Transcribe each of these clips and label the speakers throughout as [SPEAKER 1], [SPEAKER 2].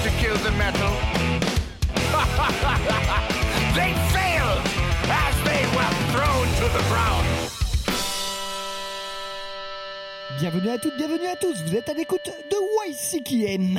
[SPEAKER 1] to kill the metal. They failed as they were thrown to the ground.
[SPEAKER 2] Bienvenue à toutes, bienvenue à tous, vous êtes à l'écoute de YCKM.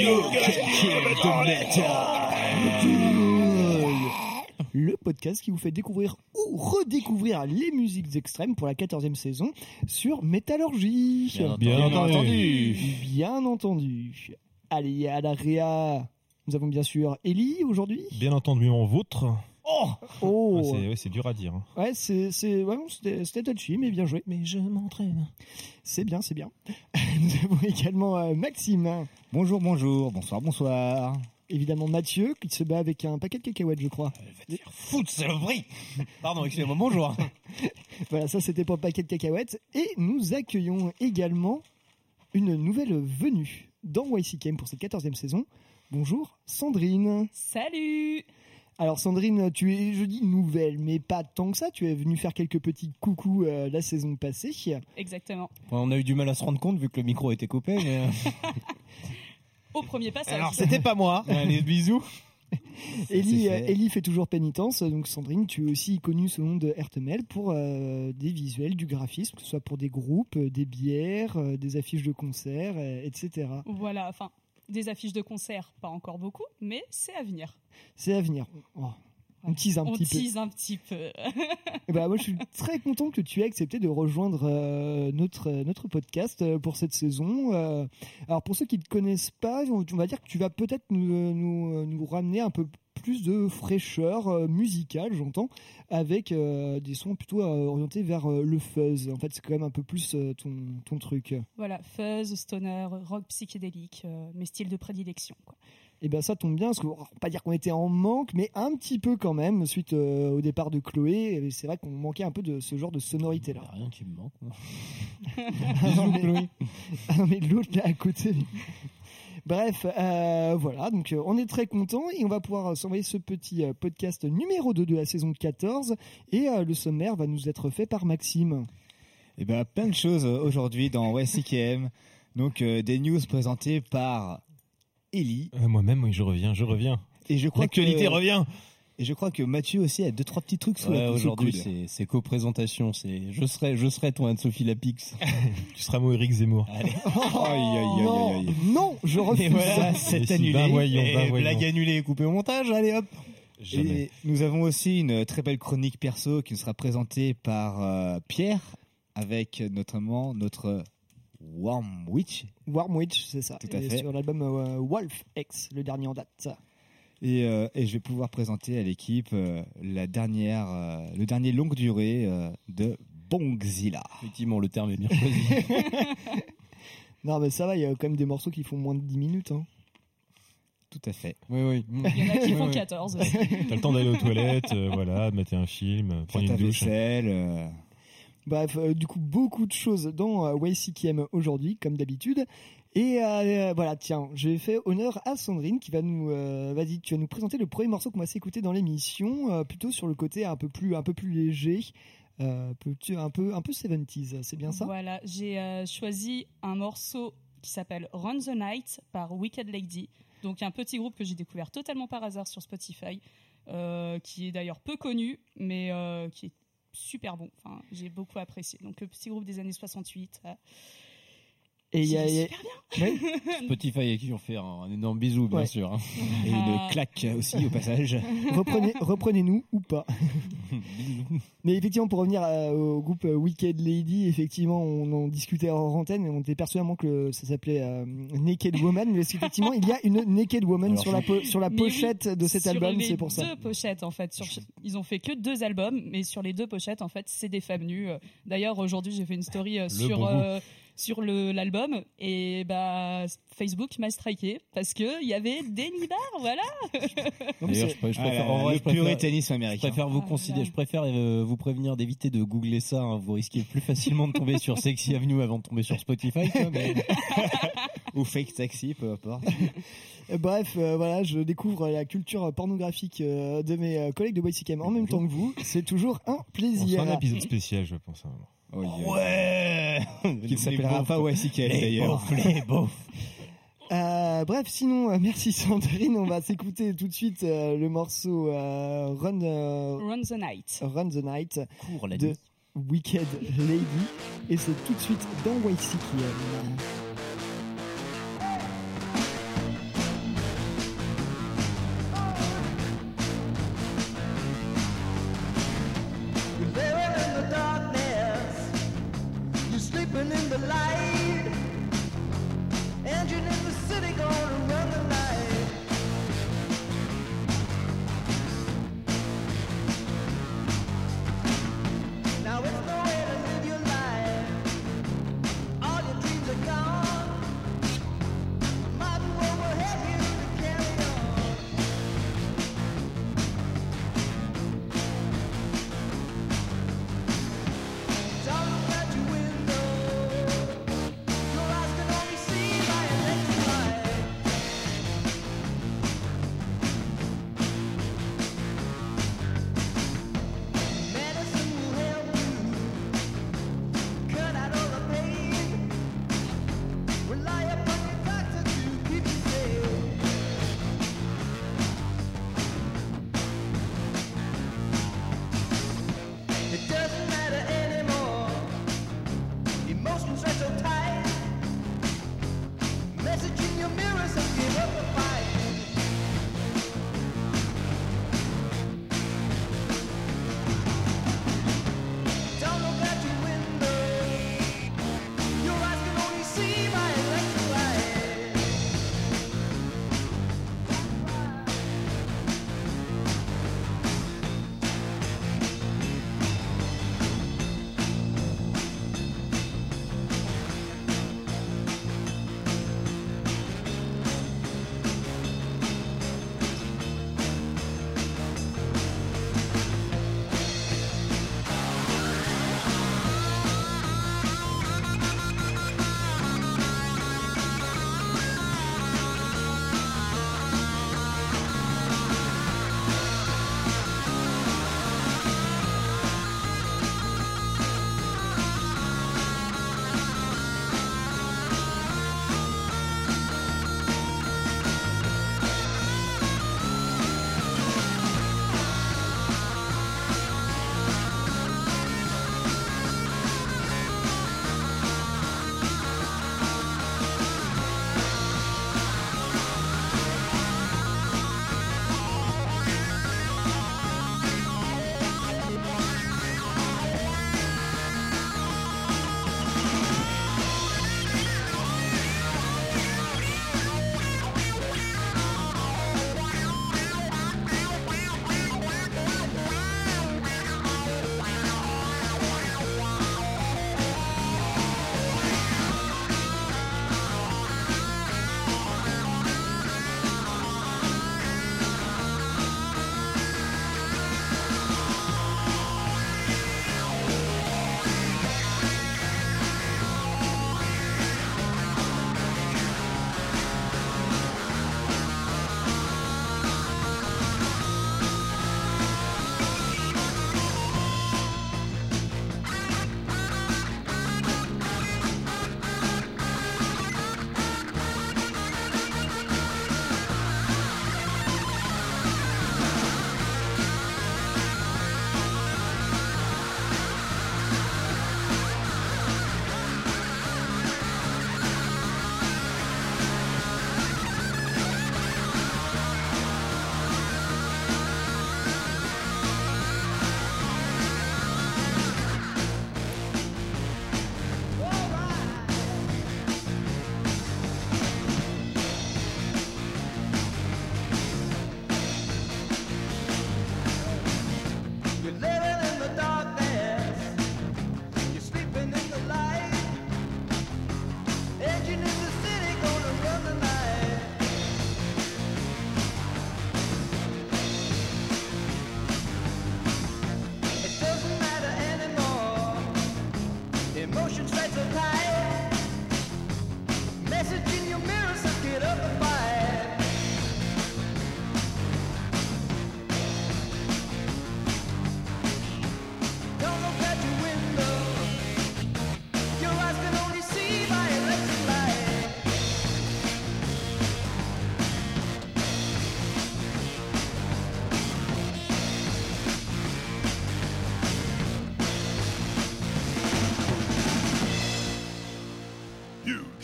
[SPEAKER 2] Le podcast qui vous fait découvrir ou redécouvrir les musiques extrêmes pour la 14e saison sur Métallurgie.
[SPEAKER 3] Bien entendu.
[SPEAKER 2] Bien entendu. Allez, à la réa, nous avons bien sûr Ellie aujourd'hui.
[SPEAKER 3] Bien entendu en vôtre.
[SPEAKER 2] Oh.
[SPEAKER 3] C'est dur à dire. Hein.
[SPEAKER 2] Ouais, c'était touchy, mais bien joué.
[SPEAKER 3] Mais je m'entraîne.
[SPEAKER 2] C'est bien, c'est bien. Nous avons également Maxime.
[SPEAKER 4] Bonjour, bonsoir.
[SPEAKER 2] Évidemment Mathieu, qui se bat avec un paquet de cacahuètes, je crois.
[SPEAKER 4] Va te faire foutre, saloperie. Pardon, excusez-moi, bonjour.
[SPEAKER 2] Voilà, ça c'était pour le paquet de cacahuètes. Et nous accueillons également une nouvelle venue dans YCKM pour cette 14e saison. Bonjour Sandrine.
[SPEAKER 5] Salut.
[SPEAKER 2] Alors Sandrine, tu es, je dis nouvelle, mais pas tant que ça. Tu es venue faire quelques petits coucous la saison passée.
[SPEAKER 5] Exactement.
[SPEAKER 4] On a eu du mal à se rendre compte vu que le micro était coupé. Mais...
[SPEAKER 5] Au premier passage.
[SPEAKER 4] Alors c'était pas moi. Allez, bisous.
[SPEAKER 2] Ellie fait toujours pénitence. Donc Sandrine, tu es aussi connue sous le nom de Hertemel pour des visuels, du graphisme, que ce soit pour des groupes, des bières, des affiches de concerts, etc.
[SPEAKER 5] Voilà, enfin, des affiches de concerts, pas encore beaucoup, mais c'est à venir.
[SPEAKER 2] C'est à venir. Oh. On tease un
[SPEAKER 5] petit peu.
[SPEAKER 2] Et bah, moi, je suis très content que tu aies accepté de rejoindre notre podcast pour cette saison. Alors, pour ceux qui ne te connaissent pas, on va dire que tu vas peut-être nous ramener un peu plus de fraîcheur musicale, j'entends, avec des sons plutôt orientés vers le fuzz. En fait, c'est quand même un peu plus ton truc.
[SPEAKER 5] Voilà, fuzz, stoner, rock psychédélique, mes styles de prédilection, quoi.
[SPEAKER 2] Et ben ça tombe bien, parce qu'on va pas dire qu'on était en manque, mais un petit peu quand même, suite au départ de Chloé. Et c'est vrai qu'on manquait un peu de ce genre de sonorité-là.
[SPEAKER 4] Il y a rien qui me manque, moi.
[SPEAKER 2] Bisous, Chloé. Ah non, mais l'autre là à côté. Bref, voilà, donc on est très contents et on va pouvoir s'envoyer ce petit podcast numéro 2 de la saison 14. Et le sommaire va nous être fait par Maxime.
[SPEAKER 4] Et ben plein de choses aujourd'hui dans YCKM. Donc des news présentées par... Ellie.
[SPEAKER 3] Moi-même, oui, je reviens.
[SPEAKER 4] Et je crois
[SPEAKER 3] l'actualité revient.
[SPEAKER 4] Et je crois que Mathieu aussi a 2-3 petits trucs sous la
[SPEAKER 6] aujourd'hui. C'est co-présentation. Je serai ton Anne-Sophie Lapix.
[SPEAKER 3] Tu seras mon Eric Zemmour.
[SPEAKER 4] Allez. Aïe.
[SPEAKER 2] Non, je refuse.
[SPEAKER 4] Et voilà, c'est annulé.
[SPEAKER 3] Voyons.
[SPEAKER 4] Blague annulée et coupée au montage. Allez hop.
[SPEAKER 3] Jamais.
[SPEAKER 4] Et nous avons aussi une très belle chronique perso qui nous sera présentée par Pierre, avec notamment notre Warm Witch,
[SPEAKER 2] c'est ça.
[SPEAKER 4] Tout à fait.
[SPEAKER 2] Sur l'album Wolf X, le dernier en date.
[SPEAKER 4] Et je vais pouvoir présenter à l'équipe le dernier longue durée de Bongzilla.
[SPEAKER 6] Effectivement, le terme est bien choisi.
[SPEAKER 2] Non, mais ça va, il y a quand même des morceaux qui font moins de 10 minutes. Hein.
[SPEAKER 4] Tout à fait.
[SPEAKER 6] Oui.
[SPEAKER 5] Il y en a qui font 14.
[SPEAKER 3] T'as le temps d'aller aux toilettes, voilà, de mater un film, prendre une douche.
[SPEAKER 4] Vaisselle,
[SPEAKER 2] Bref, du coup, beaucoup de choses dans YCKM aujourd'hui, comme d'habitude. Et voilà, tiens, j'ai fait honneur à Sandrine qui va nous... vas-y, tu vas nous présenter le premier morceau qu'on va s'écouter dans l'émission, plutôt sur le côté un peu plus léger, un peu 70s, c'est bien ça ?
[SPEAKER 5] Voilà, j'ai choisi un morceau qui s'appelle Run the Night par Wicked Lady. Donc un petit groupe que j'ai découvert totalement par hasard sur Spotify, qui est d'ailleurs peu connu, mais qui est super bon. Enfin, j'ai beaucoup apprécié. Donc le petit groupe des années 68.
[SPEAKER 2] Et il y a
[SPEAKER 5] super bien.
[SPEAKER 6] Spotify et qui ont fait un énorme bisou, bien sûr. Hein.
[SPEAKER 4] et une claque aussi au passage.
[SPEAKER 2] Reprenez-nous ou pas. Mais effectivement, pour revenir au groupe Wicked Lady, effectivement, on en discutait hors antenne et on était persuadément que ça s'appelait Naked Woman. Mais effectivement, il y a une Naked Woman sur la pochette de cet album, c'est pour ça.
[SPEAKER 5] Sur les deux pochettes, en fait. Ils ont fait que 2 albums, mais sur les 2 pochettes, en fait, c'est des femmes nues. D'ailleurs, aujourd'hui, j'ai fait une story sur l'album et Facebook m'a striké parce que il y avait des nibards, voilà.
[SPEAKER 6] D'ailleurs, je préfère
[SPEAKER 4] le puritanisme américain.
[SPEAKER 6] Je préfère vous prévenir d'éviter de googler ça, hein. Vous risquez plus facilement de tomber sur Sexy Avenue avant de tomber sur Spotify, quoi, mais...
[SPEAKER 4] ou Fake Taxi, peu importe.
[SPEAKER 2] Bref, voilà, je découvre la culture pornographique de mes collègues de YCKM en même temps que vous. C'est toujours un plaisir.
[SPEAKER 3] On fera un épisode spécial, je pense.
[SPEAKER 4] Ouais. Qui ne s'appellera pas YCKM d'ailleurs.
[SPEAKER 2] Et Bref, sinon, merci Sandrine. On va s'écouter tout de suite le morceau
[SPEAKER 5] Run the Night.
[SPEAKER 2] Run the Night
[SPEAKER 6] Cours la
[SPEAKER 2] de
[SPEAKER 6] nuit.
[SPEAKER 2] Wicked Lady. Et c'est tout de suite dans YCKM.
[SPEAKER 7] Living in the darkness, you're sleeping in the light. Engine in the city, gonna run the night. Now it's no way to live your life. All your dreams are gone. Might as well have you to carry on. Talking out your window,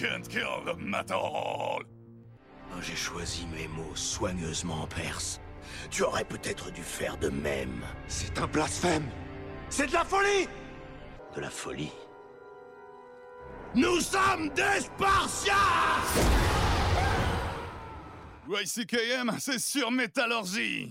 [SPEAKER 1] can't kill the metal.
[SPEAKER 8] J'ai choisi mes mots soigneusement en perse. Tu aurais peut-être dû faire de même.
[SPEAKER 1] C'est un blasphème. C'est de la folie.
[SPEAKER 8] De la folie.
[SPEAKER 1] Nous sommes des Spartiates. YCKM, c'est sur Métallurgie.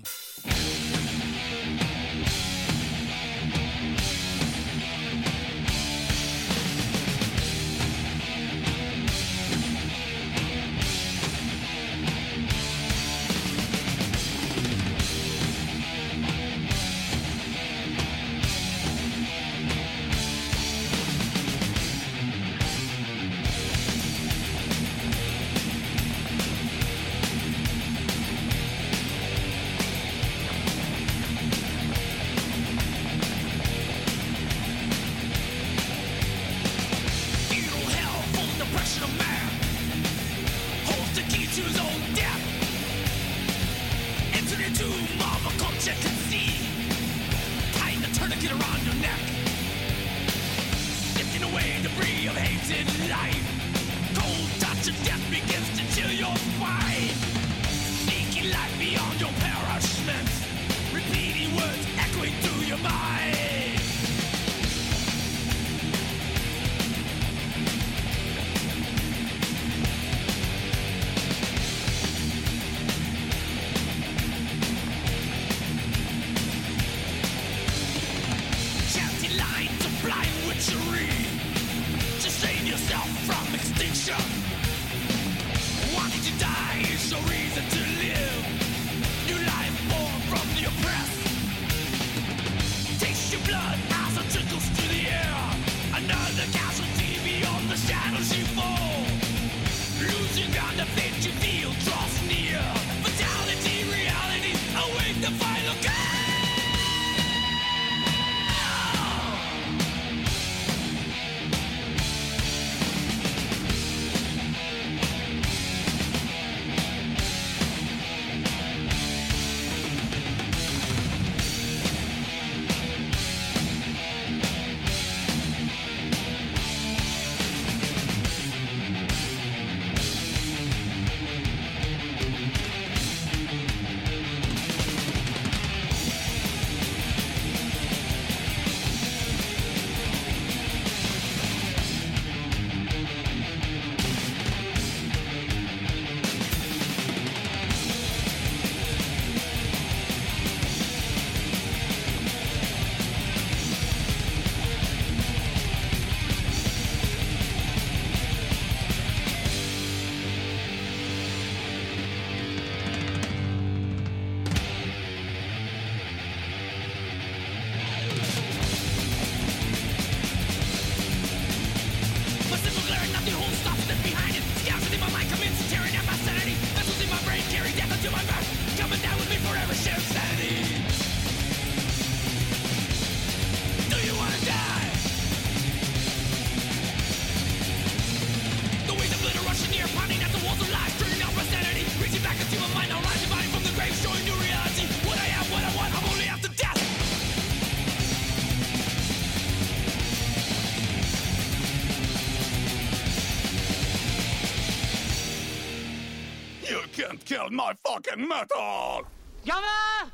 [SPEAKER 1] Kill my fucking metal!
[SPEAKER 9] Gamin!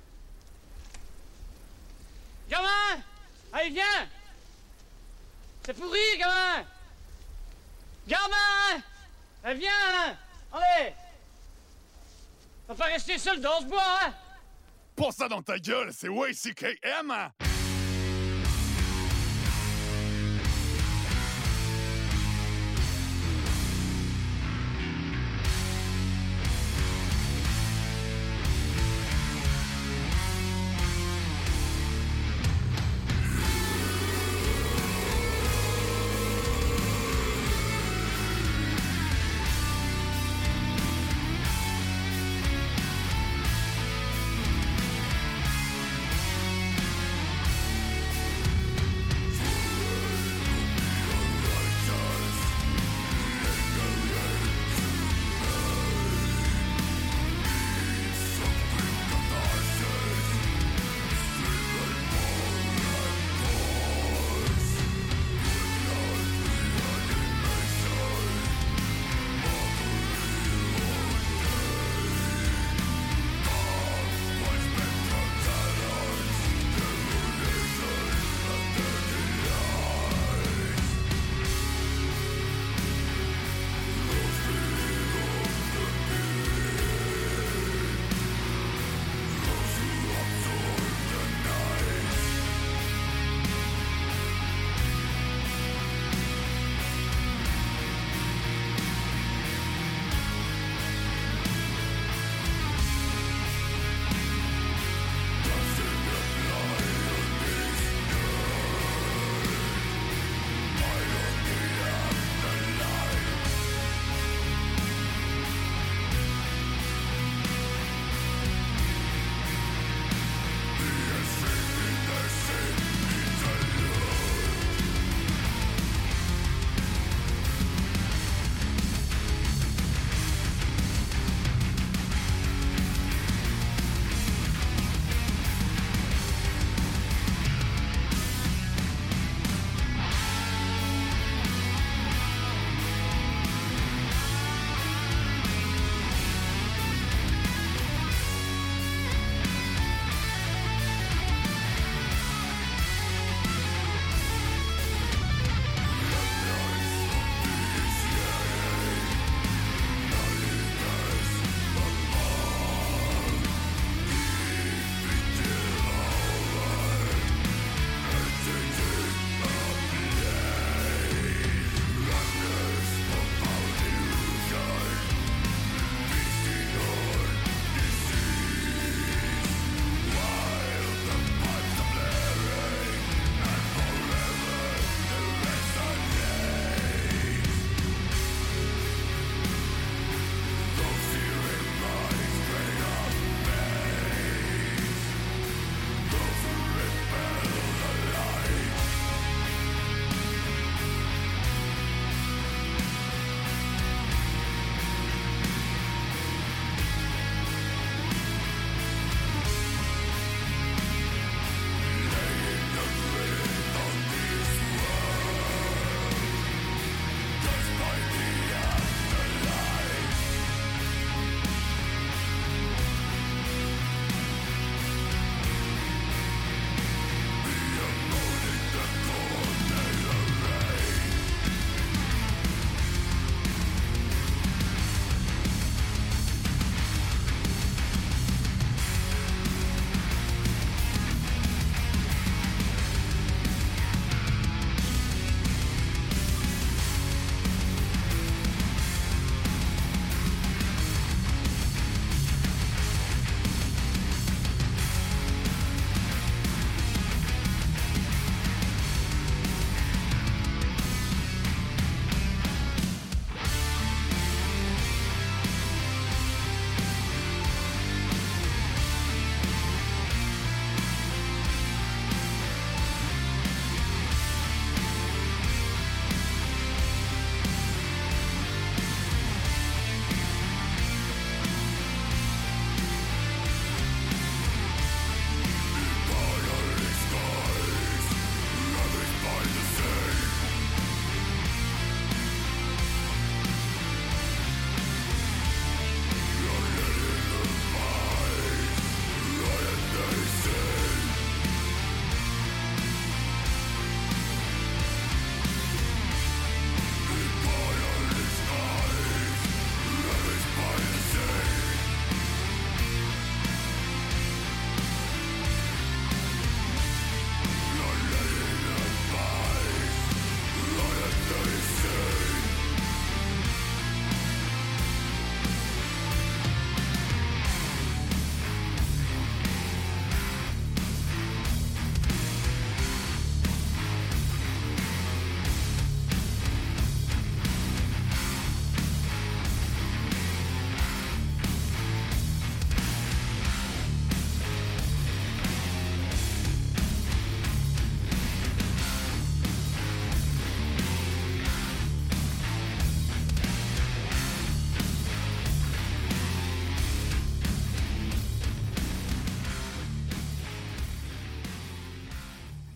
[SPEAKER 9] Gamin! Allez, viens! C'est pourri, gamin! Gamin! Allez, viens, là! Allez! On va pas rester seul dans ce bois, hein?
[SPEAKER 1] Pour ça dans ta gueule, c'est YCKM!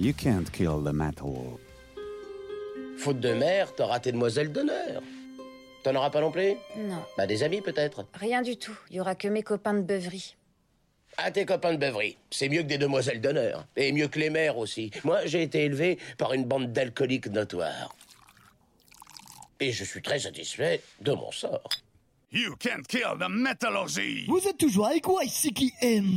[SPEAKER 10] You can't kill the metal.
[SPEAKER 8] Faute de mère, t'auras tes demoiselles d'honneur. T'en auras pas non plus?
[SPEAKER 11] Non,
[SPEAKER 8] Bah des amis peut-être.
[SPEAKER 11] rien du tout. Il y aura que mes copains de beuverie.
[SPEAKER 8] Ah, tes copains de beuverie. C'est mieux que des demoiselles d'honneur. Et mieux que les mères aussi. Moi, j'ai été élevé par une bande d'alcooliques notoires. Et je suis très satisfait de mon sort.
[SPEAKER 1] You can't kill the metallurgy.
[SPEAKER 2] Vous êtes toujours avec YCKM.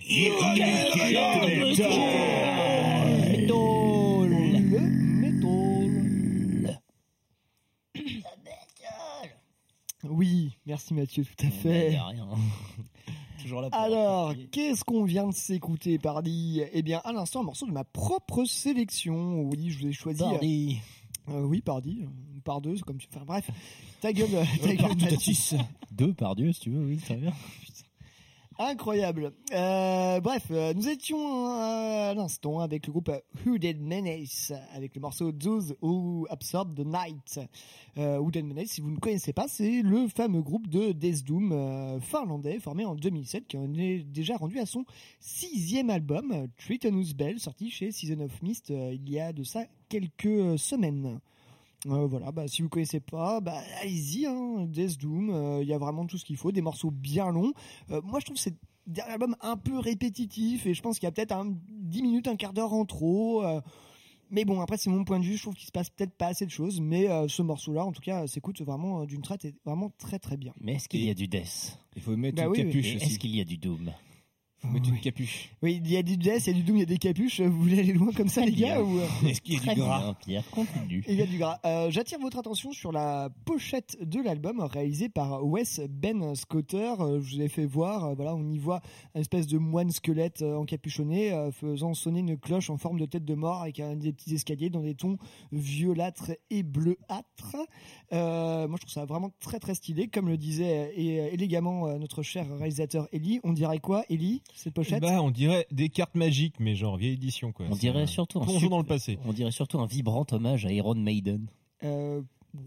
[SPEAKER 2] Oui, merci Mathieu, tout à fait.
[SPEAKER 6] Rien. Toujours là pour
[SPEAKER 2] Alors,
[SPEAKER 6] appuyer.
[SPEAKER 2] qu'est-ce qu'on vient de s'écouter, Pardi? Eh bien, à l'instant, un morceau de ma propre sélection. Oui, je vous ai choisi.
[SPEAKER 6] Pardi.
[SPEAKER 2] Oui, Pardi. Par deux, c'est comme tu. Enfin, bref. Ta gueule, Mathieu.
[SPEAKER 6] 2 par Dieu, si tu veux, oui, très bien.
[SPEAKER 2] Incroyable. Bref, nous étions à l'instant avec le groupe Hooded Menace, avec le morceau Those Who Absorb the Night. Hooded Menace, si vous ne connaissez pas, c'est le fameux groupe de Death Doom finlandais formé en 2007 qui en est déjà rendu à son 6e album, Tritonus Bell, sorti chez Season of Mist il y a de ça quelques semaines. Voilà, si vous connaissez pas, allez-y, hein, Death Doom, il y a vraiment tout ce qu'il faut, des morceaux bien longs. Moi, je trouve que c'est un dernier album un peu répétitif et je pense qu'il y a peut-être 10 minutes, un quart d'heure en trop. Mais bon, après, c'est mon point de vue, je trouve qu'il se passe peut-être pas assez de choses, mais ce morceau-là, en tout cas, s'écoute vraiment d'une traite et vraiment très très bien.
[SPEAKER 6] Mais est-ce qu'il y a du death?
[SPEAKER 4] Il faut mettre une
[SPEAKER 2] Oui,
[SPEAKER 4] capuche
[SPEAKER 6] Et
[SPEAKER 4] aussi.
[SPEAKER 6] est-ce qu'il y a du doom?
[SPEAKER 4] Faut mettre une capuche.
[SPEAKER 2] Oui, il y a du Death, il y a du Doom, il y a des capuches. Vous voulez aller loin comme ça, les gars ou...
[SPEAKER 4] Est-ce qu'il y a
[SPEAKER 6] Très
[SPEAKER 4] du gras?
[SPEAKER 6] bien, Pierre, continue.
[SPEAKER 2] Il y a du gras. J'attire votre attention sur la pochette de l'album réalisée par Wes Ben Scotter. Je vous ai fait voir, voilà, on y voit une espèce de moine squelette encapuchonné faisant sonner une cloche en forme de tête de mort avec des petits escaliers dans des tons violâtres et bleuâtres. Moi, je trouve ça vraiment très très stylé. Comme le disait élégamment notre cher réalisateur Ellie, on dirait quoi, Ellie, cette pochette?
[SPEAKER 3] On dirait des cartes magiques, mais genre vieille édition, quoi.
[SPEAKER 6] On
[SPEAKER 3] C'est
[SPEAKER 6] dirait
[SPEAKER 3] un
[SPEAKER 6] surtout
[SPEAKER 3] plongeon dans le passé.
[SPEAKER 6] On dirait surtout un vibrant hommage à Iron Maiden.
[SPEAKER 2] Non,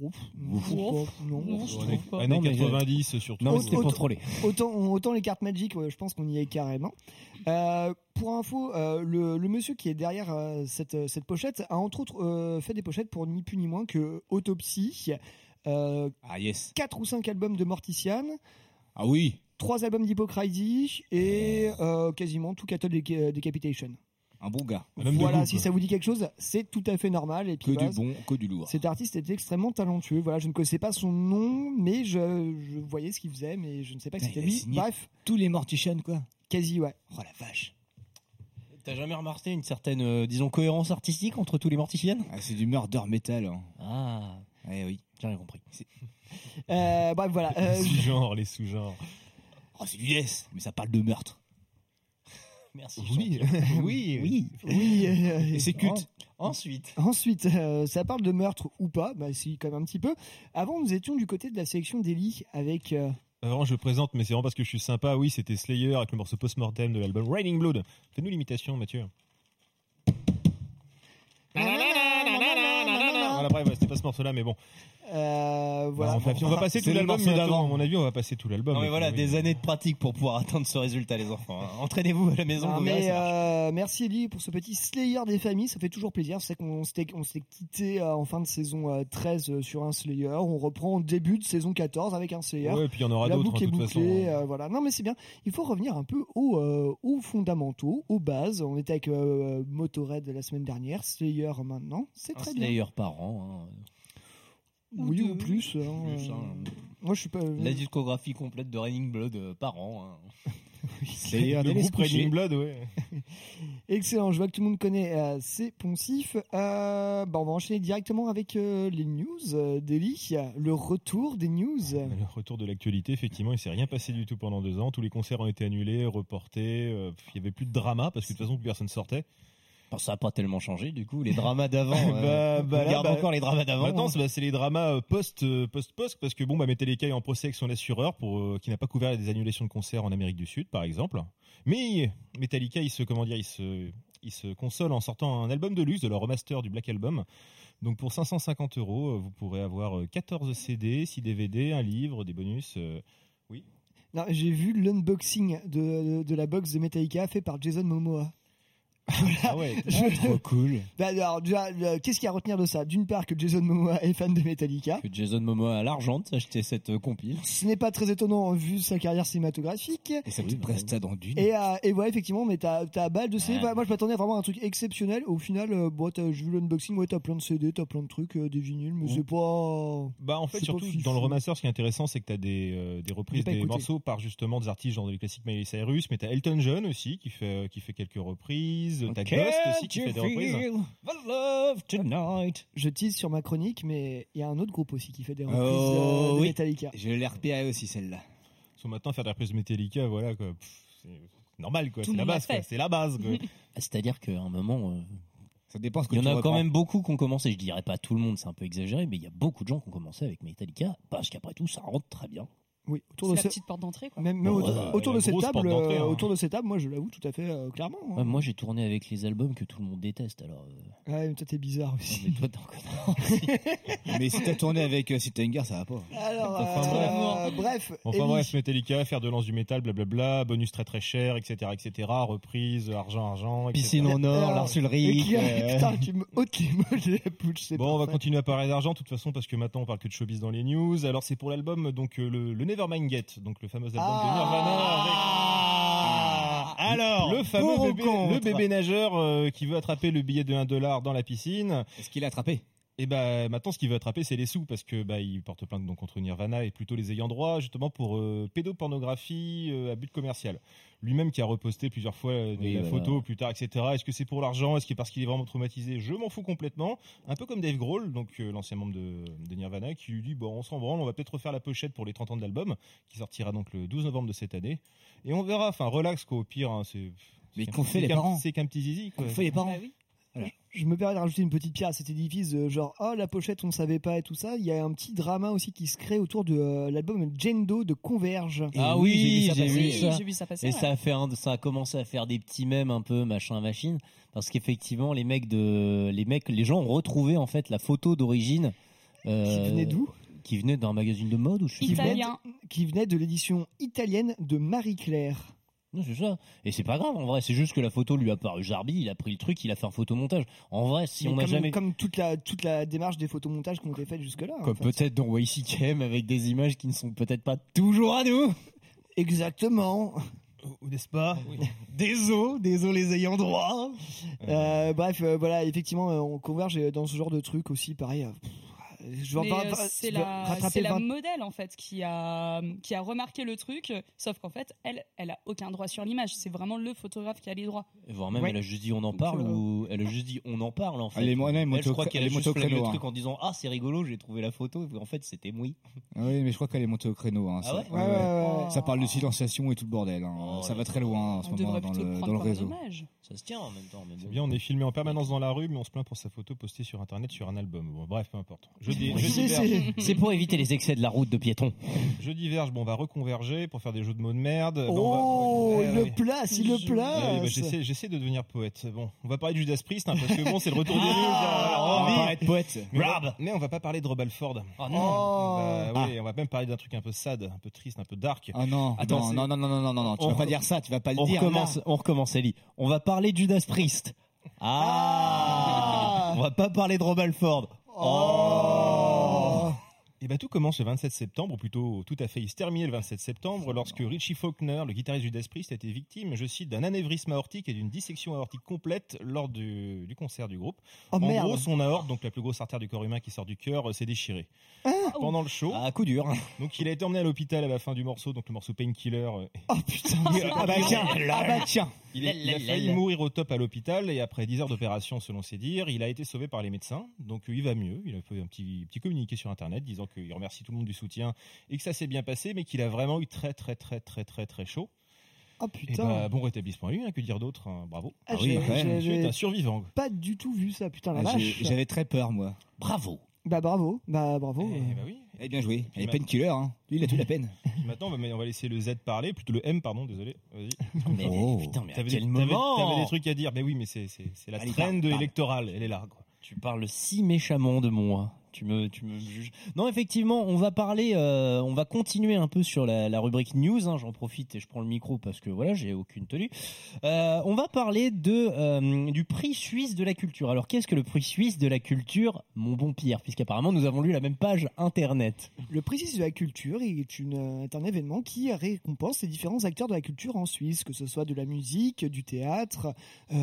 [SPEAKER 2] je trouve pas.
[SPEAKER 3] Années
[SPEAKER 6] Non, mais
[SPEAKER 3] 90, surtout.
[SPEAKER 6] Non, mais c'était contrôlé.
[SPEAKER 2] Autant les cartes Magic, je pense qu'on y est carrément. Pour info, le monsieur qui est derrière cette pochette a entre autres fait des pochettes pour ni plus ni moins que Autopsy,
[SPEAKER 4] Ah yes.
[SPEAKER 2] 4 ou 5 albums de Mortician,
[SPEAKER 4] Ah oui.
[SPEAKER 2] 3 albums d'Hypocrisy et quasiment tout Cattle Decapitation.
[SPEAKER 4] Un bon gars.
[SPEAKER 3] Un homme de
[SPEAKER 2] Voilà,
[SPEAKER 3] goût,
[SPEAKER 2] si
[SPEAKER 3] quoi.
[SPEAKER 2] ça vous dit quelque chose, c'est tout à fait normal. Et puis,
[SPEAKER 4] Que du bon, que du lourd.
[SPEAKER 2] cet artiste est extrêmement talentueux. Voilà, je ne connaissais pas son nom, mais je voyais ce qu'il faisait, mais je ne sais pas que
[SPEAKER 4] Putain,
[SPEAKER 2] c'était
[SPEAKER 4] il a
[SPEAKER 2] lui.
[SPEAKER 4] signé
[SPEAKER 2] Bref,
[SPEAKER 4] Tous les Mortician, quoi.
[SPEAKER 2] quasi, ouais.
[SPEAKER 4] Oh la vache.
[SPEAKER 6] T'as jamais remarqué une certaine, disons, cohérence artistique entre tous les morticiennes?
[SPEAKER 4] Ah, c'est du murder metal. Hein.
[SPEAKER 6] Ah,
[SPEAKER 4] Eh oui.
[SPEAKER 6] j'ai rien compris.
[SPEAKER 2] Bref, voilà.
[SPEAKER 3] Les sous-genres, les sous-genres.
[SPEAKER 4] Oh, c'est du death. Mais ça parle de meurtre.
[SPEAKER 6] Merci.
[SPEAKER 3] Oui.
[SPEAKER 6] Oui, oui.
[SPEAKER 2] Oui,
[SPEAKER 4] Et c'est culte.
[SPEAKER 6] Ensuite.
[SPEAKER 2] ensuite, ça parle de meurtre ou pas, si, quand même un petit peu. Avant, nous étions du côté de la sélection d'Eli avec...
[SPEAKER 3] Avant, je présente, mais c'est vraiment parce que je suis sympa. Oui, c'était Slayer avec le morceau Post-Mortem de l'album Raining Blood. Fais-nous l'imitation, Mathieu. Voilà, bref, c'était pas ce morceau-là, mais bon.
[SPEAKER 2] voilà.
[SPEAKER 3] Enfin, on va passer
[SPEAKER 4] c'est
[SPEAKER 3] tout
[SPEAKER 4] le
[SPEAKER 3] l'album
[SPEAKER 4] morceau
[SPEAKER 3] bientôt.
[SPEAKER 4] d'avant.
[SPEAKER 3] À mon avis, on va passer tout l'album.
[SPEAKER 6] Non mais voilà,
[SPEAKER 3] Oui.
[SPEAKER 6] des années de pratique pour pouvoir atteindre ce résultat, les enfants. hein. Entraînez-vous à la maison,
[SPEAKER 2] Non,
[SPEAKER 6] vous verrez,
[SPEAKER 2] mais
[SPEAKER 6] ça marche.
[SPEAKER 2] merci Ellie pour ce petit Slayer des familles, ça fait toujours plaisir. C'est qu'on s'était quitté en fin de saison 13 sur un Slayer. On reprend en début de saison 14 avec un Slayer.
[SPEAKER 3] Ouais, et puis il y en aura
[SPEAKER 2] La
[SPEAKER 3] d'autres,
[SPEAKER 2] boucle
[SPEAKER 3] hein,
[SPEAKER 2] est
[SPEAKER 3] de toute façon.
[SPEAKER 2] bouclée, voilà. Non, mais c'est bien. Il faut revenir un peu aux fondamentaux, aux bases. On était avec Motorhead la semaine dernière, Slayer maintenant. C'est
[SPEAKER 6] Un
[SPEAKER 2] très bien.
[SPEAKER 6] Slayer par an. hein.
[SPEAKER 2] Oui, ou plus. hein.
[SPEAKER 6] Plus, hein.
[SPEAKER 2] Moi, je suis pas.
[SPEAKER 6] La discographie complète de Raining Blood par an. hein.
[SPEAKER 4] Slayer
[SPEAKER 3] Le groupe Raining Blood, ouais.
[SPEAKER 2] Excellent, je vois que tout le monde connaît ces poncifs. On va enchaîner directement avec les news d'Eli. Le retour des news.
[SPEAKER 3] Le retour de l'actualité, effectivement, il s'est rien passé du tout pendant 2 ans. Tous les concerts ont été annulés, reportés. Il y avait plus de drama parce que de toute façon, plus personne sortait.
[SPEAKER 6] Bon, ça n'a pas tellement changé, du coup. Les dramas d'avant.
[SPEAKER 3] Bah,
[SPEAKER 6] on
[SPEAKER 3] là,
[SPEAKER 6] garde encore les dramas d'avant.
[SPEAKER 3] Maintenant,
[SPEAKER 6] hein.
[SPEAKER 3] c'est les dramas post parce que Metallica est en procès avec son assureur qui n'a pas couvert des annulations de concerts en Amérique du Sud, par exemple. Mais Metallica, il se console en sortant un album de luxe de leur remaster du Black Album. Donc pour 550 €, vous pourrez avoir 14 CD, 6 DVD, un livre, des bonus. Oui.
[SPEAKER 2] Non, j'ai vu l'unboxing de la box de Metallica fait par Jason Momoa.
[SPEAKER 3] Ah ouais.
[SPEAKER 4] Trop cool.
[SPEAKER 2] Bah, alors, déjà, qu'est-ce qu'il y a à retenir de ça? D'une part, que Jason Momoa est fan de Metallica.
[SPEAKER 6] Que Jason Momoa a l'argent de s'acheter cette compile.
[SPEAKER 2] Ce n'est pas très étonnant vu sa carrière cinématographique.
[SPEAKER 4] Et sa petite presta dans Dune.
[SPEAKER 2] Et ouais, effectivement, mais t'as balle de CD.
[SPEAKER 6] Ouais.
[SPEAKER 2] Bah, moi, je m'attendais à vraiment un truc exceptionnel. Au final, bon, j'ai vu l'unboxing, ouais, t'as plein de CD, t'as plein de trucs, des vinyles, mais c'est pas.
[SPEAKER 3] Bah en fait
[SPEAKER 2] C'est
[SPEAKER 3] surtout
[SPEAKER 2] pas fifou.
[SPEAKER 3] dans le remaster, ce qui est intéressant, c'est que t'as des reprises
[SPEAKER 2] J'ai pas
[SPEAKER 3] des
[SPEAKER 2] écouté.
[SPEAKER 3] morceaux par justement des artistes genre les classiques Miley Cyrus, mais t'as Elton John aussi qui fait quelques reprises, t'as Ghost aussi qui fait des reprises.
[SPEAKER 6] The love tonight.
[SPEAKER 2] Je tease sur ma chronique, mais il y a un autre groupe aussi qui fait des reprises
[SPEAKER 4] Oh,
[SPEAKER 2] de
[SPEAKER 4] oui.
[SPEAKER 2] Metallica.
[SPEAKER 4] Je l'ai repéré aussi celle-là.
[SPEAKER 3] Sont maintenant faire des reprises Metallica, voilà quoi. C'est normal quoi,
[SPEAKER 5] Tout
[SPEAKER 3] c'est
[SPEAKER 5] le
[SPEAKER 3] la
[SPEAKER 5] monde
[SPEAKER 3] base
[SPEAKER 5] l'a
[SPEAKER 3] quoi,
[SPEAKER 5] fait.
[SPEAKER 3] c'est la base quoi.
[SPEAKER 6] C'est-à-dire qu'à un moment,
[SPEAKER 4] Ça dépend ce que
[SPEAKER 6] il y en
[SPEAKER 4] tu
[SPEAKER 6] a quand
[SPEAKER 4] reprends.
[SPEAKER 6] même beaucoup qui ont commencé. Je dirais pas tout le monde, c'est un peu exagéré, mais il y a beaucoup de gens qui ont commencé avec Metallica parce qu'après tout, ça rentre très bien.
[SPEAKER 2] Oui, autour
[SPEAKER 5] C'est
[SPEAKER 2] de
[SPEAKER 5] la
[SPEAKER 2] ce...
[SPEAKER 5] petite porte d'entrée, quoi.
[SPEAKER 2] Même
[SPEAKER 6] Ouais,
[SPEAKER 2] autour
[SPEAKER 3] la
[SPEAKER 2] de cette
[SPEAKER 3] grosse
[SPEAKER 2] table,
[SPEAKER 3] porte d'entrée, hein.
[SPEAKER 2] autour de cette table, moi je l'avoue tout à fait clairement. hein.
[SPEAKER 6] Ouais, moi, j'ai tourné avec les albums que tout le monde déteste. Alors,
[SPEAKER 2] Ouais, mais toi t'es bizarre
[SPEAKER 6] non,
[SPEAKER 2] aussi.
[SPEAKER 6] mais toi, t'en connais.
[SPEAKER 4] Mais si t'as tourné avec Sittenger, ça va pas.
[SPEAKER 2] Alors,
[SPEAKER 3] Enfin,
[SPEAKER 2] bref.
[SPEAKER 3] Enfin
[SPEAKER 2] Ellie.
[SPEAKER 3] bref, Metallica, faire de lance du métal, blablabla, bonus très très cher, etc., reprise, argent, etc.
[SPEAKER 6] Piscine en or,
[SPEAKER 2] Alors,
[SPEAKER 6] Lars
[SPEAKER 2] Et
[SPEAKER 6] Ulrich.
[SPEAKER 2] qui putain, tu me ôtes les mots de la bouche, c'est
[SPEAKER 3] Bon, on va
[SPEAKER 2] parfait.
[SPEAKER 3] continuer à parler d'argent, de toute façon, parce que maintenant on parle que de showbiz dans les news. Alors c'est pour l'album, donc le Nevermind Get, donc le fameux album de Nirvana avec
[SPEAKER 6] Alors,
[SPEAKER 3] le fameux
[SPEAKER 6] pour ou
[SPEAKER 3] bébé,
[SPEAKER 6] contre
[SPEAKER 3] le bébé nageur qui veut attraper le billet de $1 dans la piscine.
[SPEAKER 4] Est-ce qu'il a attrapé?
[SPEAKER 3] Et bah maintenant, ce qu'il veut attraper, c'est les sous, parce que bah il porte plainte donc contre Nirvana et plutôt les ayants droit, justement pour pédopornographie à but commercial. Lui-même qui a reposté plusieurs fois des
[SPEAKER 6] voilà.
[SPEAKER 3] photos plus tard, etc. Est-ce que c'est pour l'argent? Est-ce que parce qu'il est vraiment traumatisé? Je m'en fous complètement. Un peu comme Dave Grohl, donc l'ancien membre de Nirvana, qui lui dit bon, on s'en branle, on va peut-être refaire la pochette pour les 30 ans de l'album, qui sortira donc le 12 novembre de cette année. Et on verra. Enfin, relax quoi. Au pire, hein,
[SPEAKER 4] Mais qu'ont fait les
[SPEAKER 3] qu'un-
[SPEAKER 4] parents?
[SPEAKER 3] C'est qu'un petit zizi quoi.
[SPEAKER 4] Qu'ont fait les parents?
[SPEAKER 5] Bah oui.
[SPEAKER 2] Je me permets de rajouter une petite pierre à cet édifice, genre oh la pochette on savait pas et tout ça. Il y a un petit drama aussi qui se crée autour de l'album Jendo de Converge.
[SPEAKER 6] Ah
[SPEAKER 4] oui,
[SPEAKER 6] oui,
[SPEAKER 4] j'ai
[SPEAKER 6] j'ai
[SPEAKER 4] vu
[SPEAKER 6] vu
[SPEAKER 5] Oui,
[SPEAKER 6] ça.
[SPEAKER 5] j'ai vu ça passer.
[SPEAKER 6] Et
[SPEAKER 5] ouais.
[SPEAKER 6] ça a commencé à faire des petits mèmes un peu machin machine parce qu'effectivement les gens ont retrouvé en fait la photo d'origine
[SPEAKER 2] Qui venait d'où?
[SPEAKER 6] Qui venait d'un magazine de mode ou je sais
[SPEAKER 2] Qui
[SPEAKER 6] pas.
[SPEAKER 2] venait
[SPEAKER 5] Italien.
[SPEAKER 2] Qui venait de l'édition italienne de Marie-Claire.
[SPEAKER 6] Non, c'est ça. Et c'est pas grave en vrai, c'est juste que la photo lui a paru Jarbi, il a pris le truc, il a fait un photomontage. En vrai, si
[SPEAKER 2] Mais
[SPEAKER 6] on n'a
[SPEAKER 2] comme,
[SPEAKER 6] jamais
[SPEAKER 2] comme toute la démarche des photomontages qui ont été faites jusque-là. en
[SPEAKER 6] comme
[SPEAKER 2] fait.
[SPEAKER 6] peut-être dans YCKM avec des images qui ne sont peut-être pas toujours à nous.
[SPEAKER 2] Exactement.
[SPEAKER 3] N'est-ce pas?
[SPEAKER 6] Désolé les ayants droit.
[SPEAKER 2] Bref, voilà, effectivement, on converge dans ce genre de truc aussi, pareil. Je vais
[SPEAKER 5] Mais,
[SPEAKER 2] en
[SPEAKER 5] c'est
[SPEAKER 2] rattraper
[SPEAKER 5] la
[SPEAKER 2] 20.
[SPEAKER 5] modèle en fait qui a remarqué le truc, sauf qu'en fait elle a aucun droit sur l'image. C'est vraiment le photographe qui a les droits.
[SPEAKER 6] Voire même
[SPEAKER 2] Ouais.
[SPEAKER 6] elle a juste dit on en parle
[SPEAKER 2] Donc,
[SPEAKER 6] ou elle a juste dit on en parle en fait.
[SPEAKER 4] Elle est mo- non, elle est
[SPEAKER 6] Elle, je
[SPEAKER 4] moto-
[SPEAKER 6] crois qu'elle
[SPEAKER 4] elle
[SPEAKER 6] a
[SPEAKER 4] est
[SPEAKER 6] juste
[SPEAKER 4] moto
[SPEAKER 6] flagué le
[SPEAKER 4] créneau,
[SPEAKER 6] truc en disant ah c'est rigolo j'ai trouvé la photo en fait c'était moui.
[SPEAKER 4] Oui, mais je crois qu'elle est montée au créneau. Hein,
[SPEAKER 6] Ah
[SPEAKER 4] ça.
[SPEAKER 6] ouais
[SPEAKER 2] Ouais.
[SPEAKER 4] Ça parle de silenciation et tout le bordel. Hein.
[SPEAKER 6] Oh,
[SPEAKER 4] Ça va très loin en ce
[SPEAKER 5] On
[SPEAKER 4] moment
[SPEAKER 5] devrait
[SPEAKER 4] dans
[SPEAKER 5] plutôt le
[SPEAKER 4] le
[SPEAKER 5] prendre comme un
[SPEAKER 4] réseau.
[SPEAKER 5] hommage.
[SPEAKER 6] Ça se tient en même temps mais
[SPEAKER 3] C'est
[SPEAKER 6] bon.
[SPEAKER 3] bien, on est filmé en permanence dans la rue, mais on se plaint pour sa photo postée sur internet sur un album. Bon, bref, peu importe. Je
[SPEAKER 6] C'est pour éviter les excès de la route de piétons.
[SPEAKER 3] diverge. Bon, on va reconverger pour faire des jeux de mots de merde. Bon,
[SPEAKER 2] Oh,
[SPEAKER 3] on va-
[SPEAKER 2] il
[SPEAKER 3] ouais,
[SPEAKER 2] le place, il le
[SPEAKER 3] Ah oui,
[SPEAKER 2] place.
[SPEAKER 3] j'essaie de devenir poète. Bon, on va parler de Judas Priest, hein, parce que bon, c'est le retour des news.
[SPEAKER 4] On va
[SPEAKER 3] alors,
[SPEAKER 4] pas être poète.
[SPEAKER 3] mais on va pas parler de Rob Alford.
[SPEAKER 6] Oh
[SPEAKER 3] Bah, oui, on va même parler d'un truc un peu sad, un peu triste, un peu dark.
[SPEAKER 4] Ah non,
[SPEAKER 6] Attends,
[SPEAKER 4] non, tu vas pas dire ça, tu vas pas le
[SPEAKER 6] On
[SPEAKER 4] dire.
[SPEAKER 6] recommence Ellie. On va parler de Judas Priest. Ah, on va pas parler de Rob Alford.
[SPEAKER 3] Et bah tout commence le 27 septembre, ou plutôt tout à fait, il se terminait le 27 septembre, lorsque Richie Faulkner, le guitariste du Judas Priest, a été victime, je cite, d'un anévrisme aortique et d'une dissection aortique complète lors du concert du groupe.
[SPEAKER 2] Oh
[SPEAKER 3] En
[SPEAKER 2] merde.
[SPEAKER 3] gros, son aorte, donc la plus grosse artère du corps humain qui sort du cœur, s'est déchirée. Pendant le show.
[SPEAKER 6] Ah, coup dur.
[SPEAKER 3] Donc il a été emmené à l'hôpital à la fin du morceau, donc le morceau Painkiller.
[SPEAKER 2] Oh putain.
[SPEAKER 4] Ah bah tiens.
[SPEAKER 3] Il a failli mourir au top à l'hôpital et après 10 heures d'opération selon ses dires, il a été sauvé par les médecins. Donc il va mieux. Il a fait un petit communiqué sur internet disant qu'il remercie tout le monde du soutien et que ça s'est bien passé, mais qu'il a vraiment eu très chaud.
[SPEAKER 2] Oh
[SPEAKER 3] Et
[SPEAKER 2] putain.
[SPEAKER 3] bah, bon rétablissement à lui, hein, que dire d'autre, hein, bravo.
[SPEAKER 2] Ah,
[SPEAKER 4] oui,
[SPEAKER 2] j'ai-
[SPEAKER 4] quand même.
[SPEAKER 3] Tu es
[SPEAKER 2] j'avais
[SPEAKER 3] un survivant.
[SPEAKER 2] pas du tout vu ça, putain la
[SPEAKER 4] Ah,
[SPEAKER 2] vache.
[SPEAKER 4] J'avais très peur, moi.
[SPEAKER 6] Bravo.
[SPEAKER 2] Bah bravo.
[SPEAKER 3] Eh oui.
[SPEAKER 4] Eh bien joué. Elle est
[SPEAKER 3] ma-
[SPEAKER 4] Painkiller, hein. Lui, il a tout la peine.
[SPEAKER 3] Maintenant, on va laisser le Z parler, plutôt le M, pardon, désolé. Vas-y.
[SPEAKER 6] Mais,
[SPEAKER 4] Oh.
[SPEAKER 6] putain, mais à
[SPEAKER 3] T'avais
[SPEAKER 6] quel
[SPEAKER 3] des
[SPEAKER 6] moment
[SPEAKER 3] trucs à dire, mais oui, mais c'est la
[SPEAKER 4] Allez,
[SPEAKER 3] trend
[SPEAKER 4] parle.
[SPEAKER 3] électorale, elle est là, quoi.
[SPEAKER 6] Tu parles si méchamment de moi. Tu me juges. Non, effectivement, on va parler, on va continuer un peu sur la rubrique news. Hein, j'en profite et je prends le micro parce que voilà, j'ai aucune tenue. On va parler du prix suisse de la culture. Alors, qu'est-ce que le prix suisse de la culture, mon bon Pierre, puisqu'apparemment nous avons lu la même page internet.
[SPEAKER 2] Le prix suisse de la culture est un événement qui récompense les différents acteurs de la culture en Suisse, que ce soit de la musique, du théâtre,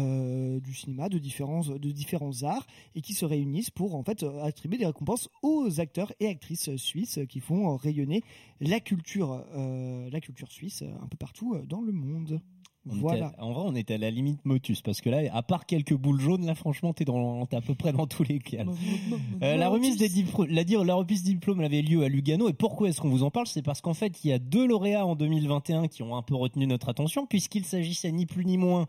[SPEAKER 2] du cinéma, de différents arts, et qui se réunissent pour en fait attribuer des récompenses aux acteurs et actrices suisses qui font rayonner la culture suisse un peu partout dans le monde. Voilà.
[SPEAKER 6] En vrai, on était à la limite Motus parce que là, à part quelques boules jaunes, là, franchement, t'es à peu près dans tous les cas. La remise des diplômes avait lieu à Lugano. Et pourquoi est-ce qu'on vous en parle? C'est parce qu'en fait, il y a 2 lauréats en 2021 qui ont un peu retenu notre attention, puisqu'il s'agissait ni plus ni moins